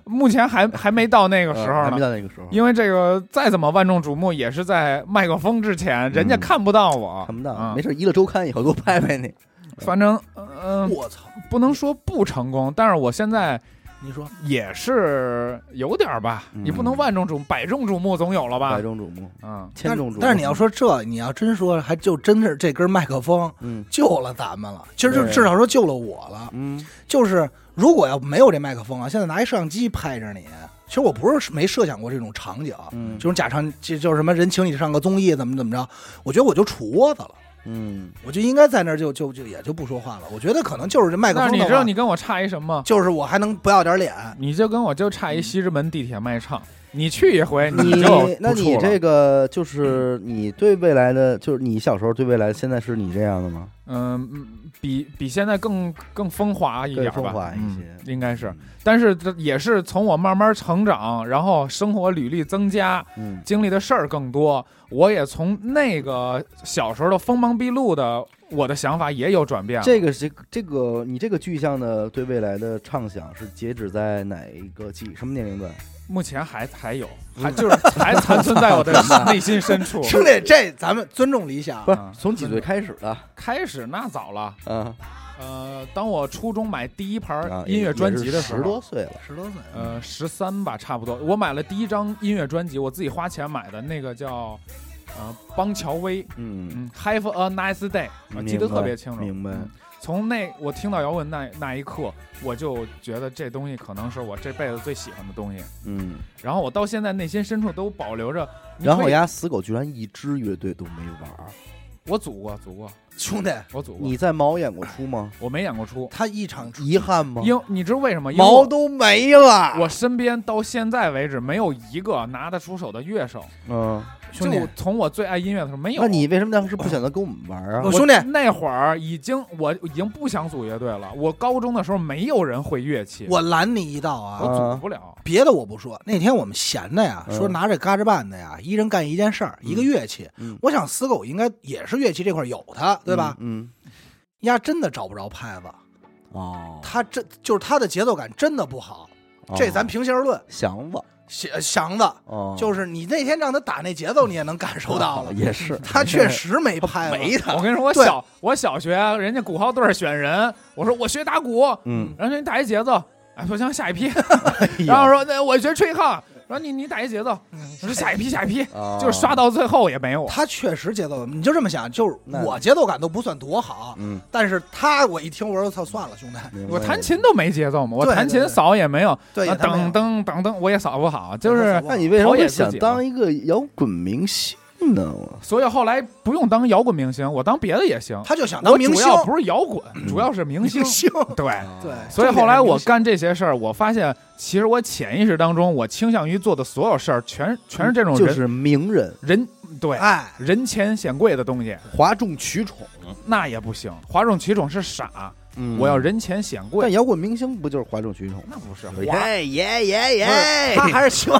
目前还还没到那个时候呢， 还没到那个时候。 因为这个再怎么万众瞩目，也是在麦克风之前，人家看不到我， 看不到。 嗯、 没事，娱乐周刊以后给我拍拍你。 反正，嗯、呃， 我操， 不能说不成功，但是我现在。 你说也是有点吧， 嗯、 你不能万众瞩目，百众瞩目总有了吧？ 百众瞩目， 嗯， 千众瞩目。 但是你要说这，你要真说，还就真是这根麦克风，嗯，救了咱们了。其实就至少说救了我了。 嗯， 就是如果要没有这麦克风啊，现在拿一摄像机拍着你，其实我不是没设想过这种场景，嗯，这种假场就就是什么人请你上个综艺怎么怎么着，我觉得我就杵窝子了。 嗯， 我就应该在那儿就就就也就不说话了。我觉得可能就是这麦克风。 但是你知道你跟我差一什么？ 就是我还能不要点脸。 你就跟我就差一西直门地铁卖唱，你去一回你就那你这个就是你对未来的，就是你小时候对未来，现在是你这样的吗？ 嗯，比比现在更更风华一点吧， 更风华一些、 嗯，应该是。但是这也是从我慢慢成长，然后生活履历增加，嗯，经历的事儿更多，我也从那个小时候的锋芒毕露的我的想法也有转变。 这个是这个你这个具象的对未来的畅想是截止在哪一个几什么年龄段？ 目前还还有，还就是还残存在我的内心深处。 兄弟，这咱们尊重理想， 不是从几岁开始的？ 开始那早了， 嗯。 呃，当我初中买第一盘音乐专辑的时候， 十多岁了， 十多岁， 呃，十三吧，差不多。我买了第一张音乐专辑，我自己花钱买的，那个叫呃邦乔威， 嗯嗯 ，Have a nice day， 我记得特别清楚。 明白。 嗯、从那我听到摇滚那那一刻，我就觉得这东西可能是我这辈子最喜欢的东西。 嗯， 然后我到现在内心深处都保留着。 然后呀，死狗居然一支乐队都没玩。 我组过，组过， 兄弟， 我组过。 你在毛演过出吗？ 我没演过出。 他一场遗憾吗？ 因你知道为什么？ 毛都没了。 我身边到现在为止没有一个拿得出手的乐手。 嗯， 兄弟， 从我最爱音乐的时候没有。 那你为什么当时不选择跟我们玩啊？ 我兄弟那会儿已经我已经不想组乐队了。我高中的时候没有人会乐器， 我拦你一道啊， 我组不了。 别的我不说，那天我们闲的呀，说拿着嘎吱办的呀，一人干一件事儿，一个乐器。我想死狗应该也是乐器这块有他，对吧？ 嗯， 丫真的找不着拍子哦， 他真就是他的节奏感真的不好，这咱平心而论。 祥子， 祥子，就是你那天让他打那节奏，你也能感受到了。 也是， 他确实没拍子， 没他。 我跟你说，我小我小学人家鼓号队选人，我说我学打鼓， 嗯， 然后说你打一节奏。哎，说行，下一批，然后说那我学吹号，说你你打一节奏，我说下一批下一批，就是刷到最后也没有。 他确实节奏，你就这么想，就是我节奏感都不算多好，嗯，但是他我一听我说操算了，兄弟， 我弹琴都没节奏嘛，我弹琴扫也没有， 对， 噔噔噔噔我也扫不好，就是那你为什么想当一个摇滚明星？ 所以后来不用当摇滚明星，我当别的也行。 他就想当明星， 主要不是摇滚，嗯、主要是明星。 明星对对， 所以后来我干这些事儿，我发现其实我潜意识当中，我倾向于做的所有事儿，全全是这种人， 就是名人人对， 哎， 人前显贵的东西， 哗众取宠那也不行，哗众取宠是傻。嗯、我要人前显贵， 但摇滚明星不就是哗众取宠？ 那不是， 耶耶耶耶， 他还是希望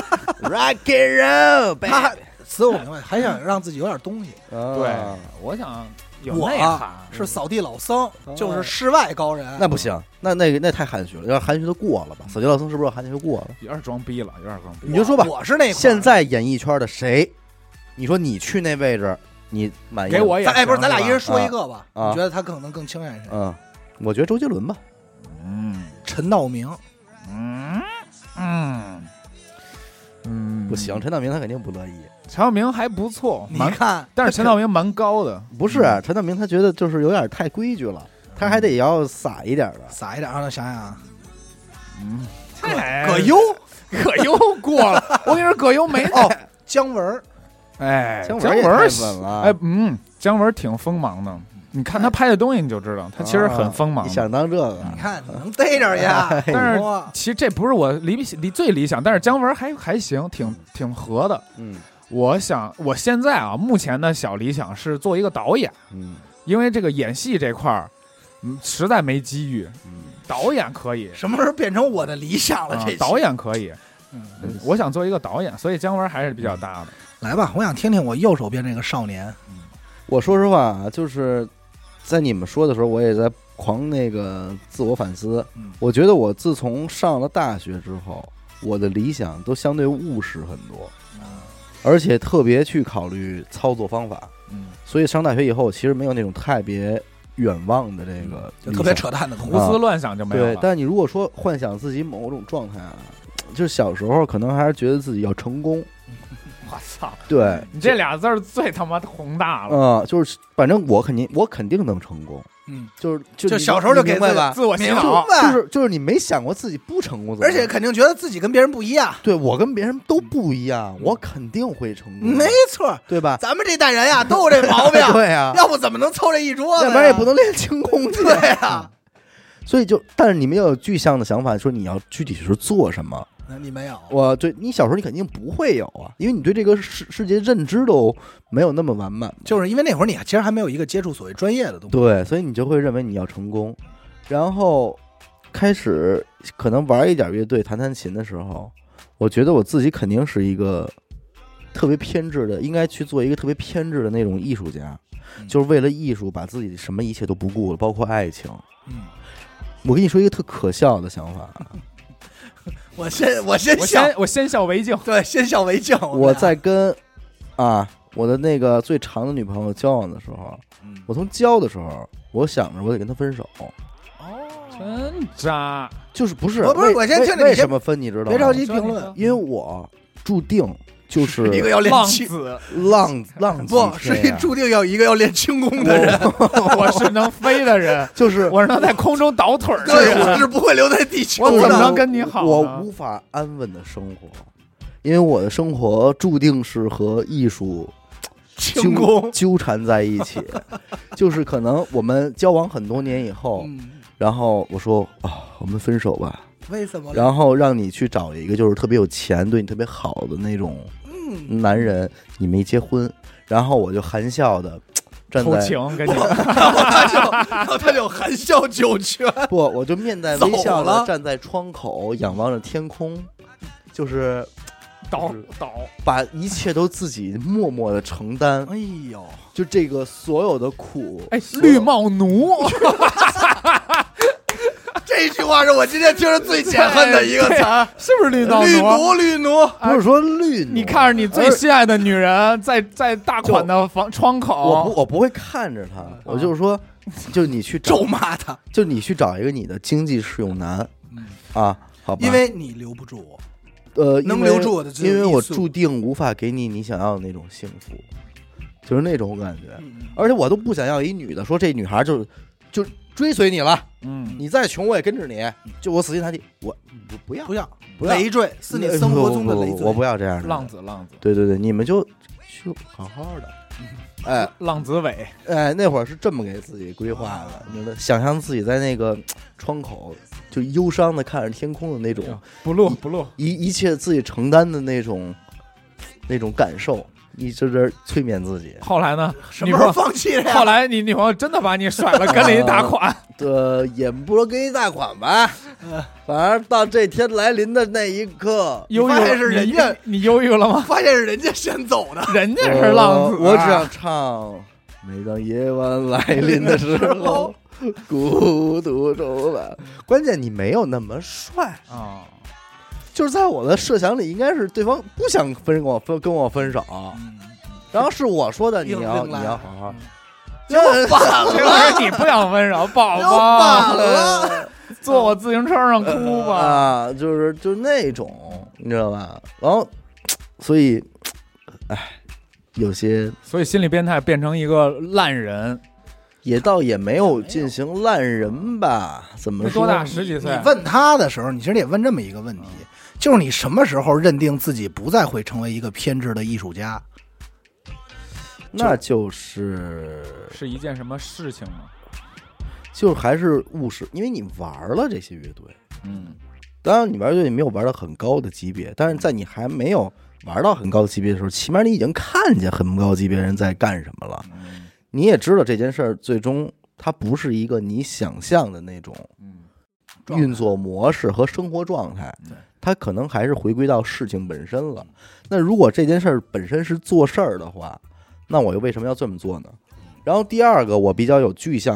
rock and roll， 他死我明白，还想让自己有点东西。 对，我想有内涵。 是扫地老僧，就是世外高人。 那不行，那那那太含蓄了，有点含蓄的过了吧？扫地老僧是不是含蓄的过了？ 有点装逼了，有点装逼。 你就说吧， 我是那现在演艺圈的谁？你说你去那位置，你满意？ 给我也哎，不是，咱俩一人说一个吧。 啊， 你觉得他可能更清远谁？ 嗯，我觉得周杰伦吧。 嗯， 陈道明。 嗯嗯嗯， 不行，陈道明他肯定不乐意。 陈道明还不错， 你看， 但是陈道明蛮高的。 不是、啊、陈道明，他觉得就是有点太规矩了，他还得要洒一点的， 洒一点。让他想想， 嗯， 葛优， 葛优过了。我跟你说，葛优没哦，姜文， 哎， 姜文也太稳了， 哎，嗯，姜文挺锋芒的。你看他拍的东西，你就知道他其实很锋芒。 你想当这个？ 你看能逮着呀。 但是其实这不是我理理最理想，但是姜文还还行，挺挺合的。 嗯， 我想我现在啊，目前的小理想是做一个导演。 嗯， 因为这个演戏这块儿，嗯，实在没机遇。嗯，导演可以。 什么时候变成我的理想了？这、 啊、导演可以。嗯，我想做一个导演，所以姜文还是比较大的。 来吧，我想听听我右手边这个少年。 嗯，我说实话啊，就是。在你们说的时候，我也在狂那个自我反思。嗯、我觉得我自从上了大学之后，我的理想都相对务实很多，嗯、而且特别去考虑操作方法。嗯，所以上大学以后，其实没有那种特别远望的这个， 就特别扯淡的东西， 胡思乱想就没有了。 对，但你如果说幻想自己某种状态啊，就是小时候可能还是觉得自己要成功。 我操！ 对， 你这俩字儿最他妈宏大了。 嗯，就是反正我肯定我肯定能成功。嗯，就是就就小时候就给自自我洗脑， 就是就是你没想过自己不成功， 而且肯定觉得自己跟别人不一样。 对，我跟别人都不一样，我肯定会成功。 没错， 对吧？ 咱们这代人呀，都有这毛病。 对呀， 要不怎么能凑这一桌子？ 要不然也不能练轻功去。 对呀， 所以就，但是你们要有具象的想法，说你要具体是做什么。 那你没有？ 我对你小时候你肯定不会有啊，因为你对这个世世界认知都没有那么完满， 就是因为那会儿你其实还没有一个接触所谓专业的东西， 对，所以你就会认为你要成功，然后开始可能玩一点乐队、弹弹琴的时候，我觉得我自己肯定是一个特别偏执的，应该去做一个特别偏执的那种艺术家，嗯、就是为了艺术把自己什么一切都不顾了，包括爱情。嗯，我跟你说一个特可笑的想法。 我先我先我先我先笑为敬， 对，先笑为敬。 我在跟啊我的那个最长的女朋友交往的时候，嗯、我从交的时候，我想着我得跟她分手。 哦，真渣， 就是不是？ 我不是，我先听着。 为什么分？你知道吗？ 别着急评论， 因为我注定就是一个要练浪子， 浪浪不是你注定要一个要练轻功的人。 我是能飞的人， 就是我是能在空中倒腿的人，对，我是不会留在地球的。 我怎么能跟你好？ 我无法安稳的生活，因为我的生活注定是和艺术轻功纠缠在一起。就是可能我们交往很多年以后，嗯、然后我说啊、哦，我们分手吧。 为什么？ 然后让你去找一个就是特别有钱、对你特别好的那种男人，你没结婚，然后我就含笑的站在， 偷情跟你， 他就他就含笑九泉， 不，我就面带微笑的站在窗口，仰望着天空，就是倒倒， 把一切都自己默默的承担。 哎呦， 就这个所有的苦， 哎，绿帽奴。 这句话是我今天听着最解恨的一个词， 是不是绿帽奴？ 绿奴，绿奴， 不是说绿奴。 你看着你最心爱的女人在在大款的房窗口， 我不我不会看着她，嗯、我就是说，就你去咒骂她， 就你去找一个你的经济适用男，嗯、啊，好吧， 因为你留不住我， 呃， 能留住我的， 因为我注定无法给你你想要的那种幸福，就是那种感觉，嗯、而且我都不想要一女的说这女孩就就。追随你了，嗯，你再穷我也跟着你，就我死心塌地，我不不要不要累赘，是你生活中的累赘， 我不要这样的浪子浪子， 对对对，你们就就好好的，哎， 浪子伟， 哎，那会儿是这么给自己规划的，你们想象自己在那个窗口就忧伤的看着天空的那种， 不录不录， 一一切自己承担的那种那种感受。你这这催眠自己， 后来呢？ 什么时候放弃了？ 后来你女朋友真的把你甩了，跟了一大款。 对，也不说跟一大款吧，反正到这天来临的那一刻， 忧郁发现是人家， 你忧郁了吗？ 发现是人家先走的， 人家是浪子、啊我。我只想唱，每当夜晚来临的时候，孤独中了。关键你没有那么帅啊。哦，就是在我的设想里，应该是对方不想分跟我分跟我分手，嗯、然后是我说的，你要你要好好， 就反了，你不想分手，宝宝， 反了， 坐我自行车上哭吧， 啊，就是就是那种，你知道吧？然后，所以，哎，有些， 所以心理变态变成一个烂人。 也倒也没有进行烂人吧？怎么说？ 多大？十几岁？ 你问他的时候，你其实得问这么一个问题，就是你什么时候认定自己不再会成为一个偏执的艺术家？ 那就是是一件什么事情吗？ 就还是务实，因为你玩了这些乐队，嗯，当然你玩乐队没有玩到很高的级别，但是在你还没有玩到很高的级别的时候，起码你已经看见很高级别人在干什么了。嗯，你也知道这件事儿最终它不是一个你想象的那种运作模式和生活状态，它可能还是回归到事情本身了。那如果这件事儿本身是做事儿的话，那我又为什么要这么做呢？然后第二个，我比较有具象，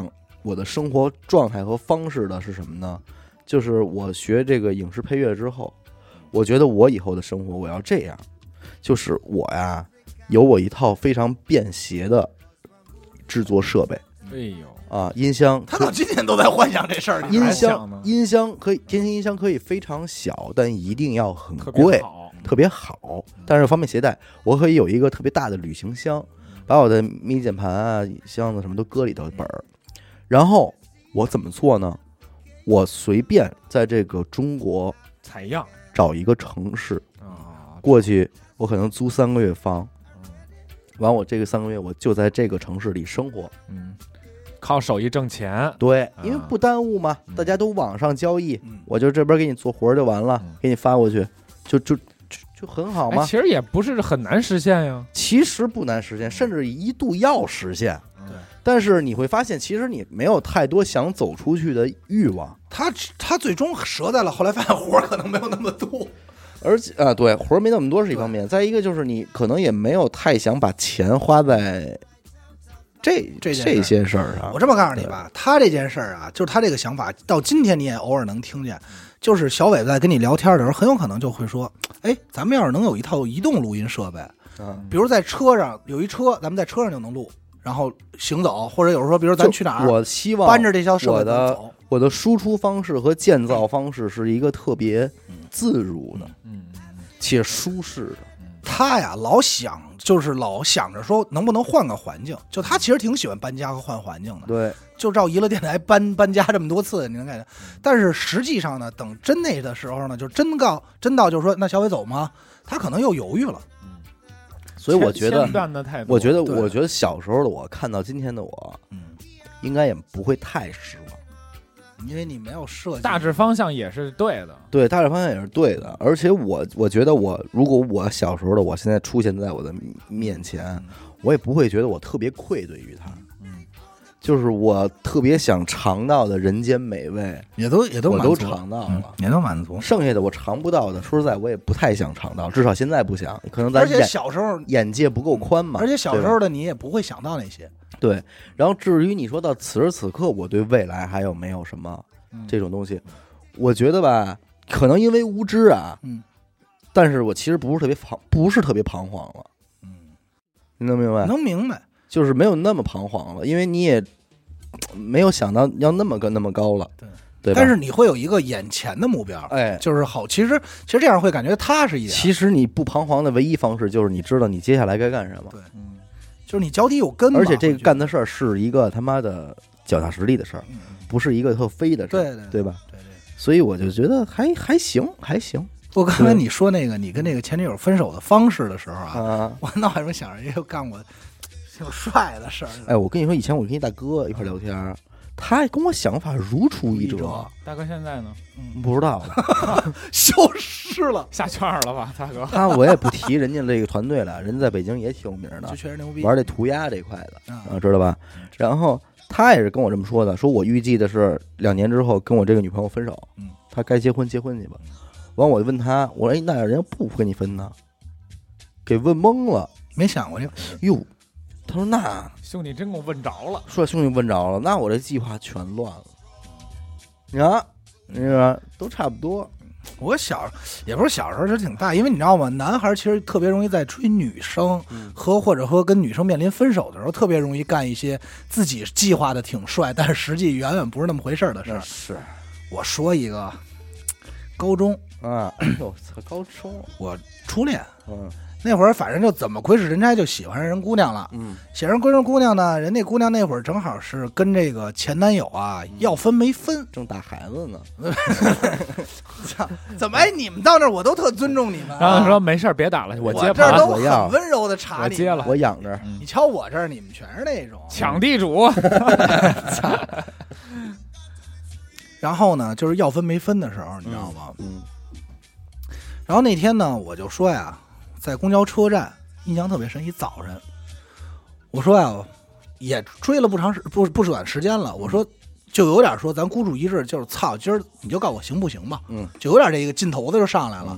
我的生活状态和方式的是什么呢？就是我学这个影视配乐之后，我觉得我以后的生活我要这样，就是我呀有我一套非常便携的制作设备。 哎呦啊，音箱， 他到今天都在幻想这事儿。 音箱，音箱可以，天星音箱可以非常小，但一定要很贵，特别好，但是方便携带。我可以有一个特别大的旅行箱，把我的迷键盘啊、箱子什么都搁里头本儿。然后我怎么做呢？我随便在这个中国采样，找一个城市过去，我可能租三个月房，完我这个三个月我就在这个城市里生活。 嗯。靠手艺挣钱， 对，因为不耽误嘛，嗯、大家都网上交易，嗯、我就这边给你做活就完了，嗯、给你发过去，就就就就很好嘛、 哎。其实也不是很难实现呀， 其实不难实现，甚至一度要实现。对，但是你会发现，其实你没有太多想走出去的欲望。 他他最终折在了，后来发现活可能没有那么多。 而且啊，对，活没那么多是一方面，再一个就是你可能也没有太想把钱花在。这这这些事儿啊， 我这么告诉你吧，他这件事儿啊，就是他这个想法，到今天你也偶尔能听见。就是小伟在跟你聊天的时候，很有可能就会说：“哎，咱们要是能有一套移动录音设备，嗯，比如在车上有一车，咱们在车上就能录，然后行走，或者有时候说，比如咱去哪儿， 我希望搬着这套设备的走。 我的输出方式和建造方式是一个特别自如的， 嗯， 且舒适的。 他呀，老想。”就是老想着说能不能换个环境，就他其实挺喜欢搬家和换环境的。 对， 就照娱乐电台搬搬家这么多次，你能感觉。但是实际上呢，等真那的时候呢，就真告真到就是说，那小伟走吗？他可能又犹豫了。 嗯，所以我觉得，我觉得， 我觉得小时候的我看到今天的我，嗯，应该也不会太失望。 因为你没有设计， 大致方向也是对的， 对，大致方向也是对的。而且我我觉得我如果我小时候的我现在出现在我的面前，嗯、我也不会觉得我特别愧对于他。嗯，就是我特别想尝到的人间美味， 也都也都我都尝到了， 嗯、也都满足。 剩下的我尝不到的，说实在我也不太想尝到，至少现在不想。可能咱而且小时候眼界不够宽嘛， 而且小时候的你也不会想到那些。 对，然后至于你说到此时此刻，我对未来还有没有什么这种东西，嗯、我觉得吧，可能因为无知啊，嗯，但是我其实不是特别彷，不是特别彷徨了，嗯，你能明白？ 能明白， 就是没有那么彷徨了，因为你也没有想到要那么个那么高了， 对。 对， 但是你会有一个眼前的目标， 哎， 就是好。其实，其实这样会感觉踏实一点。 其实你不彷徨的唯一方式就是你知道你接下来该干什么。 对，嗯，就是你脚底有根。 而且这个干的事儿是一个他妈的脚踏实地的事儿，嗯、不是一个特飞的事儿， 对对对吧？ 对对。 所以我就觉得还还行，还行。 我刚才你说那个你跟那个前女友分手的方式的时候啊，啊我脑海中想着也有干过挺帅的事儿。 哎，我跟你说，以前我跟一大哥一块聊天。他跟我想法如出一辙。 大哥现在呢？ 嗯，不知道了， 消失了， 下圈了吧，大哥。 他我也不提人家这个团队了，人家在北京也挺有名的， 就确实牛逼， 玩这涂鸦这一块的，啊，知道吧？然后他也是跟我这么说的，说我预计的是两年之后跟我这个女朋友分手，嗯，他该结婚结婚去吧。完，我就问他，我说，哎，那人家不跟你分呢？给问懵了， 没想过这， 哟。他说：“那兄弟真给我问着了。” 说兄弟问着了，那我这计划全乱了。你看，你说都差不多。 我小也不是小时候是挺大，因为你知道吗？男孩其实特别容易在追女生和或者说跟女生面临分手的时候，特别容易干一些自己计划的挺帅，但是实际远远不是那么回事的事儿。 是， 我说一个，高中啊，我操，高中我初恋，嗯。那会儿反正就怎么鬼使神差就喜欢上人姑娘了，嗯，喜欢上姑娘呢，人那姑娘那会儿正好是跟这个前男友啊要分没分， 正打孩子呢。 怎么哎，你们到那儿我都特尊重你们、啊。 然后说没事别打了，我接盘，我这都很温柔的查你， 我接了， 我养着。 你瞧我这儿，你们全是那种抢地主。 然后呢，就是要分没分的时候，你知道吗？嗯。然后那天呢，我就说呀。在公交车站，印象特别深。一早晨，我说呀，也追了不长时不不短时间了。我说，就有点说，咱孤注一掷，就是操，今儿你就告我行不行吧？嗯，就有点这个劲头子就上来了。嗯、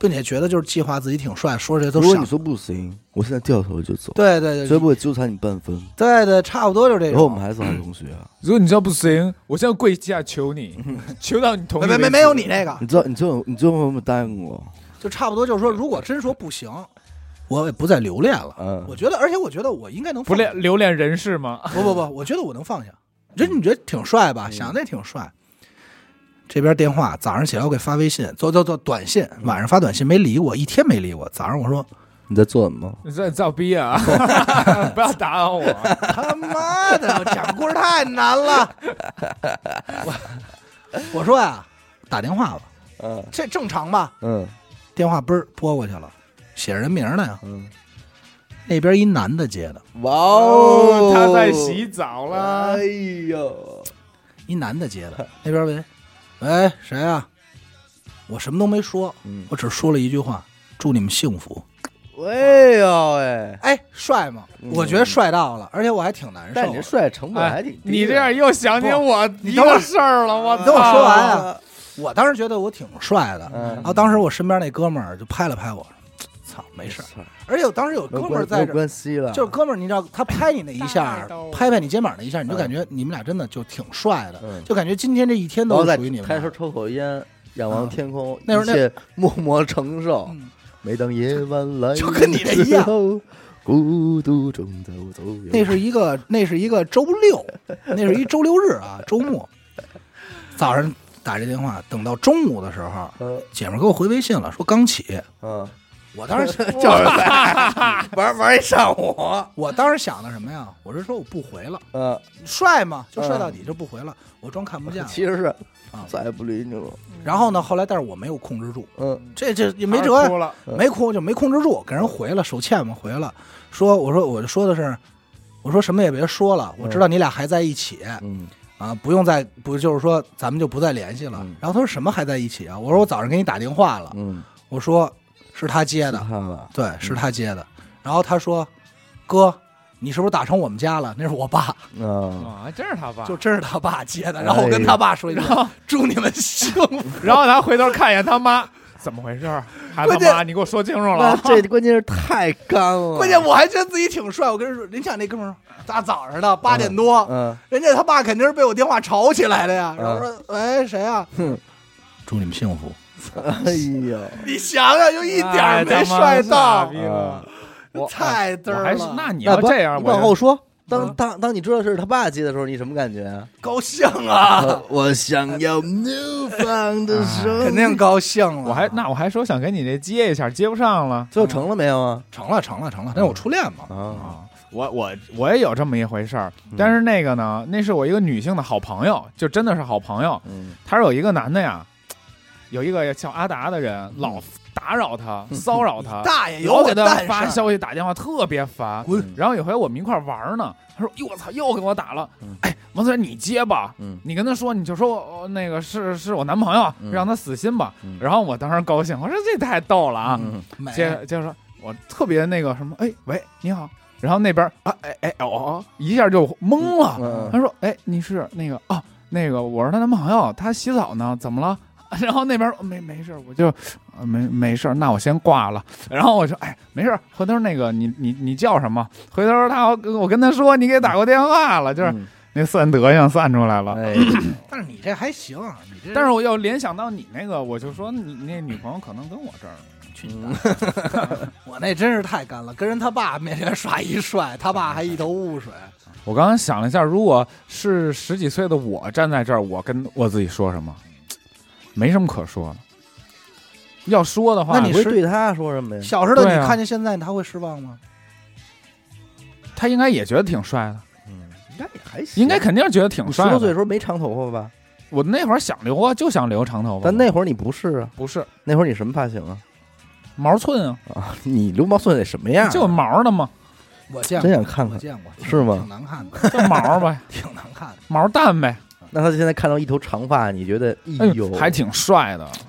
并且觉得就是计划自己挺帅，说这些都。 如果你说不行，我现在掉头就走。 对对对， 绝不会纠缠你半分。 对对，差不多就这种。 然后我们还是好同学啊。 如果你说不行，我现在跪下求你，求到你同意。 没没没有你那个。 你知道你最后你最后有没有答应我？ 就差不多就是说，如果真说不行，我也不再留恋了。嗯，我觉得，而且我觉得我应该能不恋留恋人世吗？ 不不不，我觉得我能放下。这你觉得挺帅吧？想的也挺帅。这边电话早上起来我给发微信，做做做短信，晚上发短信没理我，一天没理我。早上我说你在做什么？ 你在造逼啊！不要打扰我！ 他妈的，我讲故事太难了。我我说呀，打电话吧，嗯，这正常吧？嗯，电话嘣拨过去了，写人名呢呀，嗯，那边一男的接的， 哇哦， 他在洗澡了， 哎呦， 一男的接的，那边喂。喂，谁啊？我什么都没说，嗯、我只说了一句话：祝你们幸福。 喂呦喂， 哎，帅吗？嗯、我觉得帅到了，而且我还挺难受。 但你这帅成本还挺低、哎。 你这样又想起我一个事儿了，我你等我说完啊！我当时觉得我挺帅的，嗯、然后当时我身边那哥们儿就拍了拍我，操，没事。而且我当时有哥们儿在这， 关系了， 就是哥们儿，你知道他拍你那一下，拍拍你肩膀那一下，你就感觉你们俩真的就挺帅的，嗯、就感觉今天这一天都属于你们。 开始抽口烟，仰望天空，嗯、那时候那默默承受。嗯、每当夜晚来， 就跟你这一样， 孤独中走走。 那是一个，那是一个周六，那是一周六日啊，周末。早上打这电话，等到中午的时候，嗯、姐们给我回微信了，说刚起。嗯。我当时就是玩玩一上午， 我当时想的什么呀？我是说我不回了，呃，帅嘛，就帅到底，就不回了，我装看不见了。 其实是啊，再也不理你了。 然后呢，后来但是我没有控制住，嗯，这这也没辙呀，没控就没控制住，给人回了，手欠嘛，回了，说我说我就说的是，我说什么也别说了，我知道你俩还在一起，嗯啊，不用再不就是说咱们就不再联系了。然后他说什么还在一起啊？我说我早上给你打电话了，嗯，我说。是他接的，对，是他接的。然后他说：“哥，你是不是打成我们家了？那是我爸。” 啊，真是他爸， 就真是他爸接的。然后我跟他爸说一句：“祝你们幸福。” 然后他回头看一眼他妈，怎么回事？还他妈，你给我说清楚了。 这关键是太干了。 关键我还觉得自己挺帅。我跟人说，您想那哥们儿大早上的八点多，嗯，人家他爸肯定是被我电话吵起来的呀。然后说：“喂，谁啊？”祝你们幸福。 哎呀， 你想想，就一点没帅到， 我太嘚儿了。 那你要这样， 你往后说。当当当你知道是他爸接的时候，你什么感觉啊？ 高兴啊！ 我想要怒放的声， 肯定高兴了。 我还那我还说想给你这接一下，接不上了， 最后成了没有啊？ 成了，成了，成了。那是我初恋嘛。 啊，我我我也有这么一回事儿，但是那个呢，那是我一个女性的好朋友，就真的是好朋友。嗯，他是有一个男的呀。有一个叫阿达的人老打扰他、骚扰他， 大爷老给他发消息、打电话，特别烦。然后有回我们一块玩呢，他说：“哟，我操，又给我打了。”哎，王子，你接吧，你跟他说，你就说那个是是我男朋友，让他死心吧。然后我当时高兴，我说这太逗了啊！接接着说，我特别那个什么，哎喂，你好。然后那边啊，哎哎哦，一下就懵了。他说：“哎，你是那个哦，那个我是他男朋友，他洗澡呢，怎么了？”然后那边没没事，我就没没事，那我先挂了。然后我说，哎，没事，回头那个你你你叫什么？回头他我跟他说你给打过电话了，就是那算德行算出来了。 哎，但是你这还行，你这但是我又联想到你那个，我就说你那女朋友可能跟我这儿去你的，我那真是太干了，跟人他爸面前耍一帅，他爸还一头雾水。 我刚刚想了一下，如果是十几岁的我站在这儿，我跟我自己说什么？没什么可说的。要说的话， 那你会对他说什么呀？ 小时候你看见现在，他会失望吗？ 他应该也觉得挺帅的， 嗯，应该也还行， 应该肯定觉得挺帅的。 十多岁的时候没长头发吧？ 我那会儿想留啊，就想留长头发。 但那会儿你不是啊？ 不是， 那会儿你什么发型啊？ 毛寸啊！ 啊，你留毛寸得什么样？ 就毛的吗？ 我见过， 真想看看， 我见过， 是吗？ 挺难看的， 就毛呗， 挺难看的， 毛淡呗。 那他现在看到一头长发，你觉得哎呦， 还挺帅的，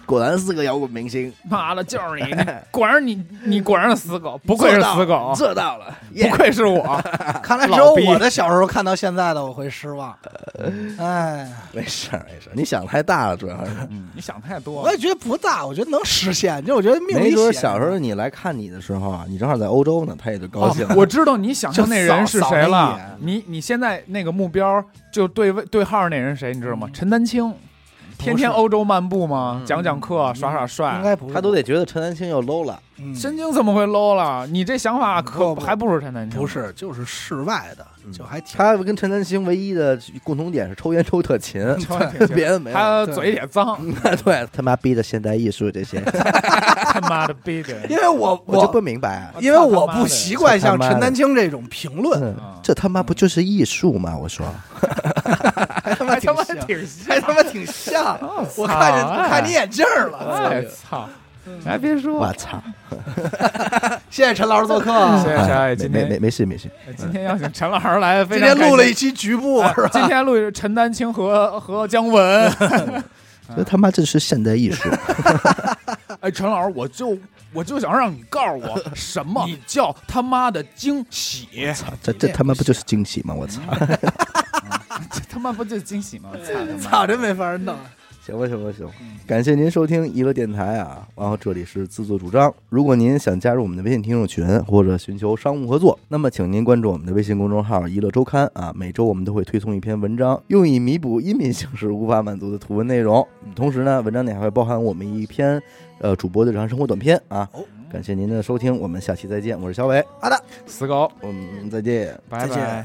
果然是个摇滚明星。 妈的，就是你，果然你你果然是死狗，不愧是死狗， 做到了， 不愧是我。 看来只有我的小时候看到现在的我会失望。哎， 没事没事，你想太大了，主要是你想太多了。 我也觉得不大，我觉得能实现。就我觉得命里写。 没准小时候你来看你的时候啊，你正好在欧洲呢，他也就高兴了。 我知道你想象那人是谁了。你你现在那个目标就对位对号那人谁你知道吗？陈丹青。天天欧洲漫步吗？讲讲课，耍耍帅， 应该不， 他都得觉得陈丹青又 low 了。 神经怎么会 low 了？你这想法可还不如陈丹青。 不是，就是室外的，就还挺。 他跟陈丹青唯一的共同点是抽烟抽特勤，别的没有。 他嘴也脏。 对，他妈逼的现代艺术这些， 他妈的逼的。 因为我我就不明白， 因为我不习惯像陈丹青这种评论。 这他妈不就是艺术吗？我说。 还他妈挺像，还他妈挺像。我看见我看你眼镜了， 哎操！还别说， 我操！ 谢谢陈老师做客， 谢谢陈。今天没没事没事。 今天邀请陈老师来， 今天录了一期局部，是吧？ 今天录陈丹青和和姜文。 这他妈这是现代艺术。 哎，陈老师，我就我就想让你告诉我，什么叫他妈的惊喜？ 这这他妈不就是惊喜吗？我操！ 这他妈不就是惊喜吗？我操！ 操，真没法弄。 行吧，行吧，行。感谢您收听娱乐电台啊，然后这里是自作主张。如果您想加入我们的微信听众群或者寻求商务合作，那么请您关注我们的微信公众号“娱乐周刊”啊，每周我们都会推送一篇文章，用以弥补音频形式无法满足的图文内容。同时呢，文章里还会包含我们一篇呃主播的日常生活短片啊。感谢您的收听，我们下期再见。我是小伟， 好的， 死狗， 我们再见， 拜拜。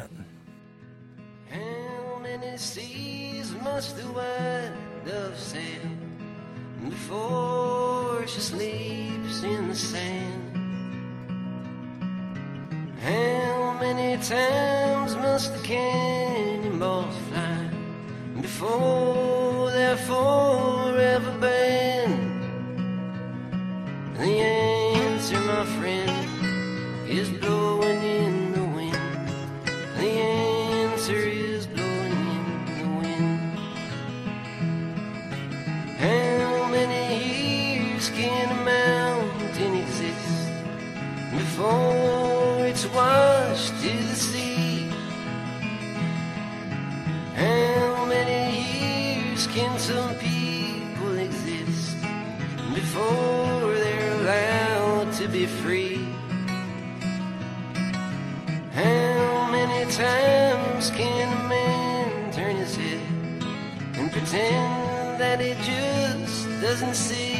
of sand before she sleeps in the sand. How many times must the cannonballs fly before they're forever banned? The answer, my friend, is blowing in the wind. The answer is blowing in the wind. How many years can a mountain exist before it's washed to the sea? How many years can some people exist before they're allowed to be free? How many times can a man turn his head and pretend that he just doesn't see?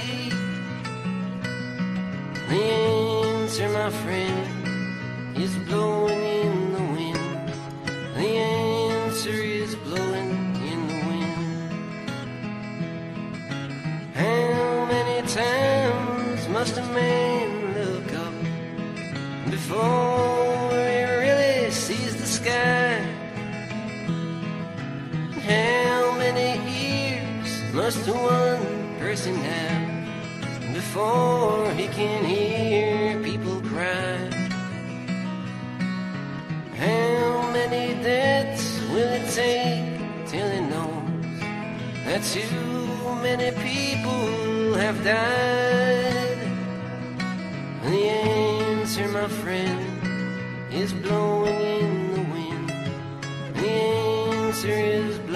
The answer, my friend, is blowing in the wind. The answer is blowing in the wind. How many times must a man look up before he really sees the sky? How many ears must one person have before he can hear people cry? How many deaths will it take till he knows that too many people have died? The answer, my friend, is blowing in the wind. The answer is blowing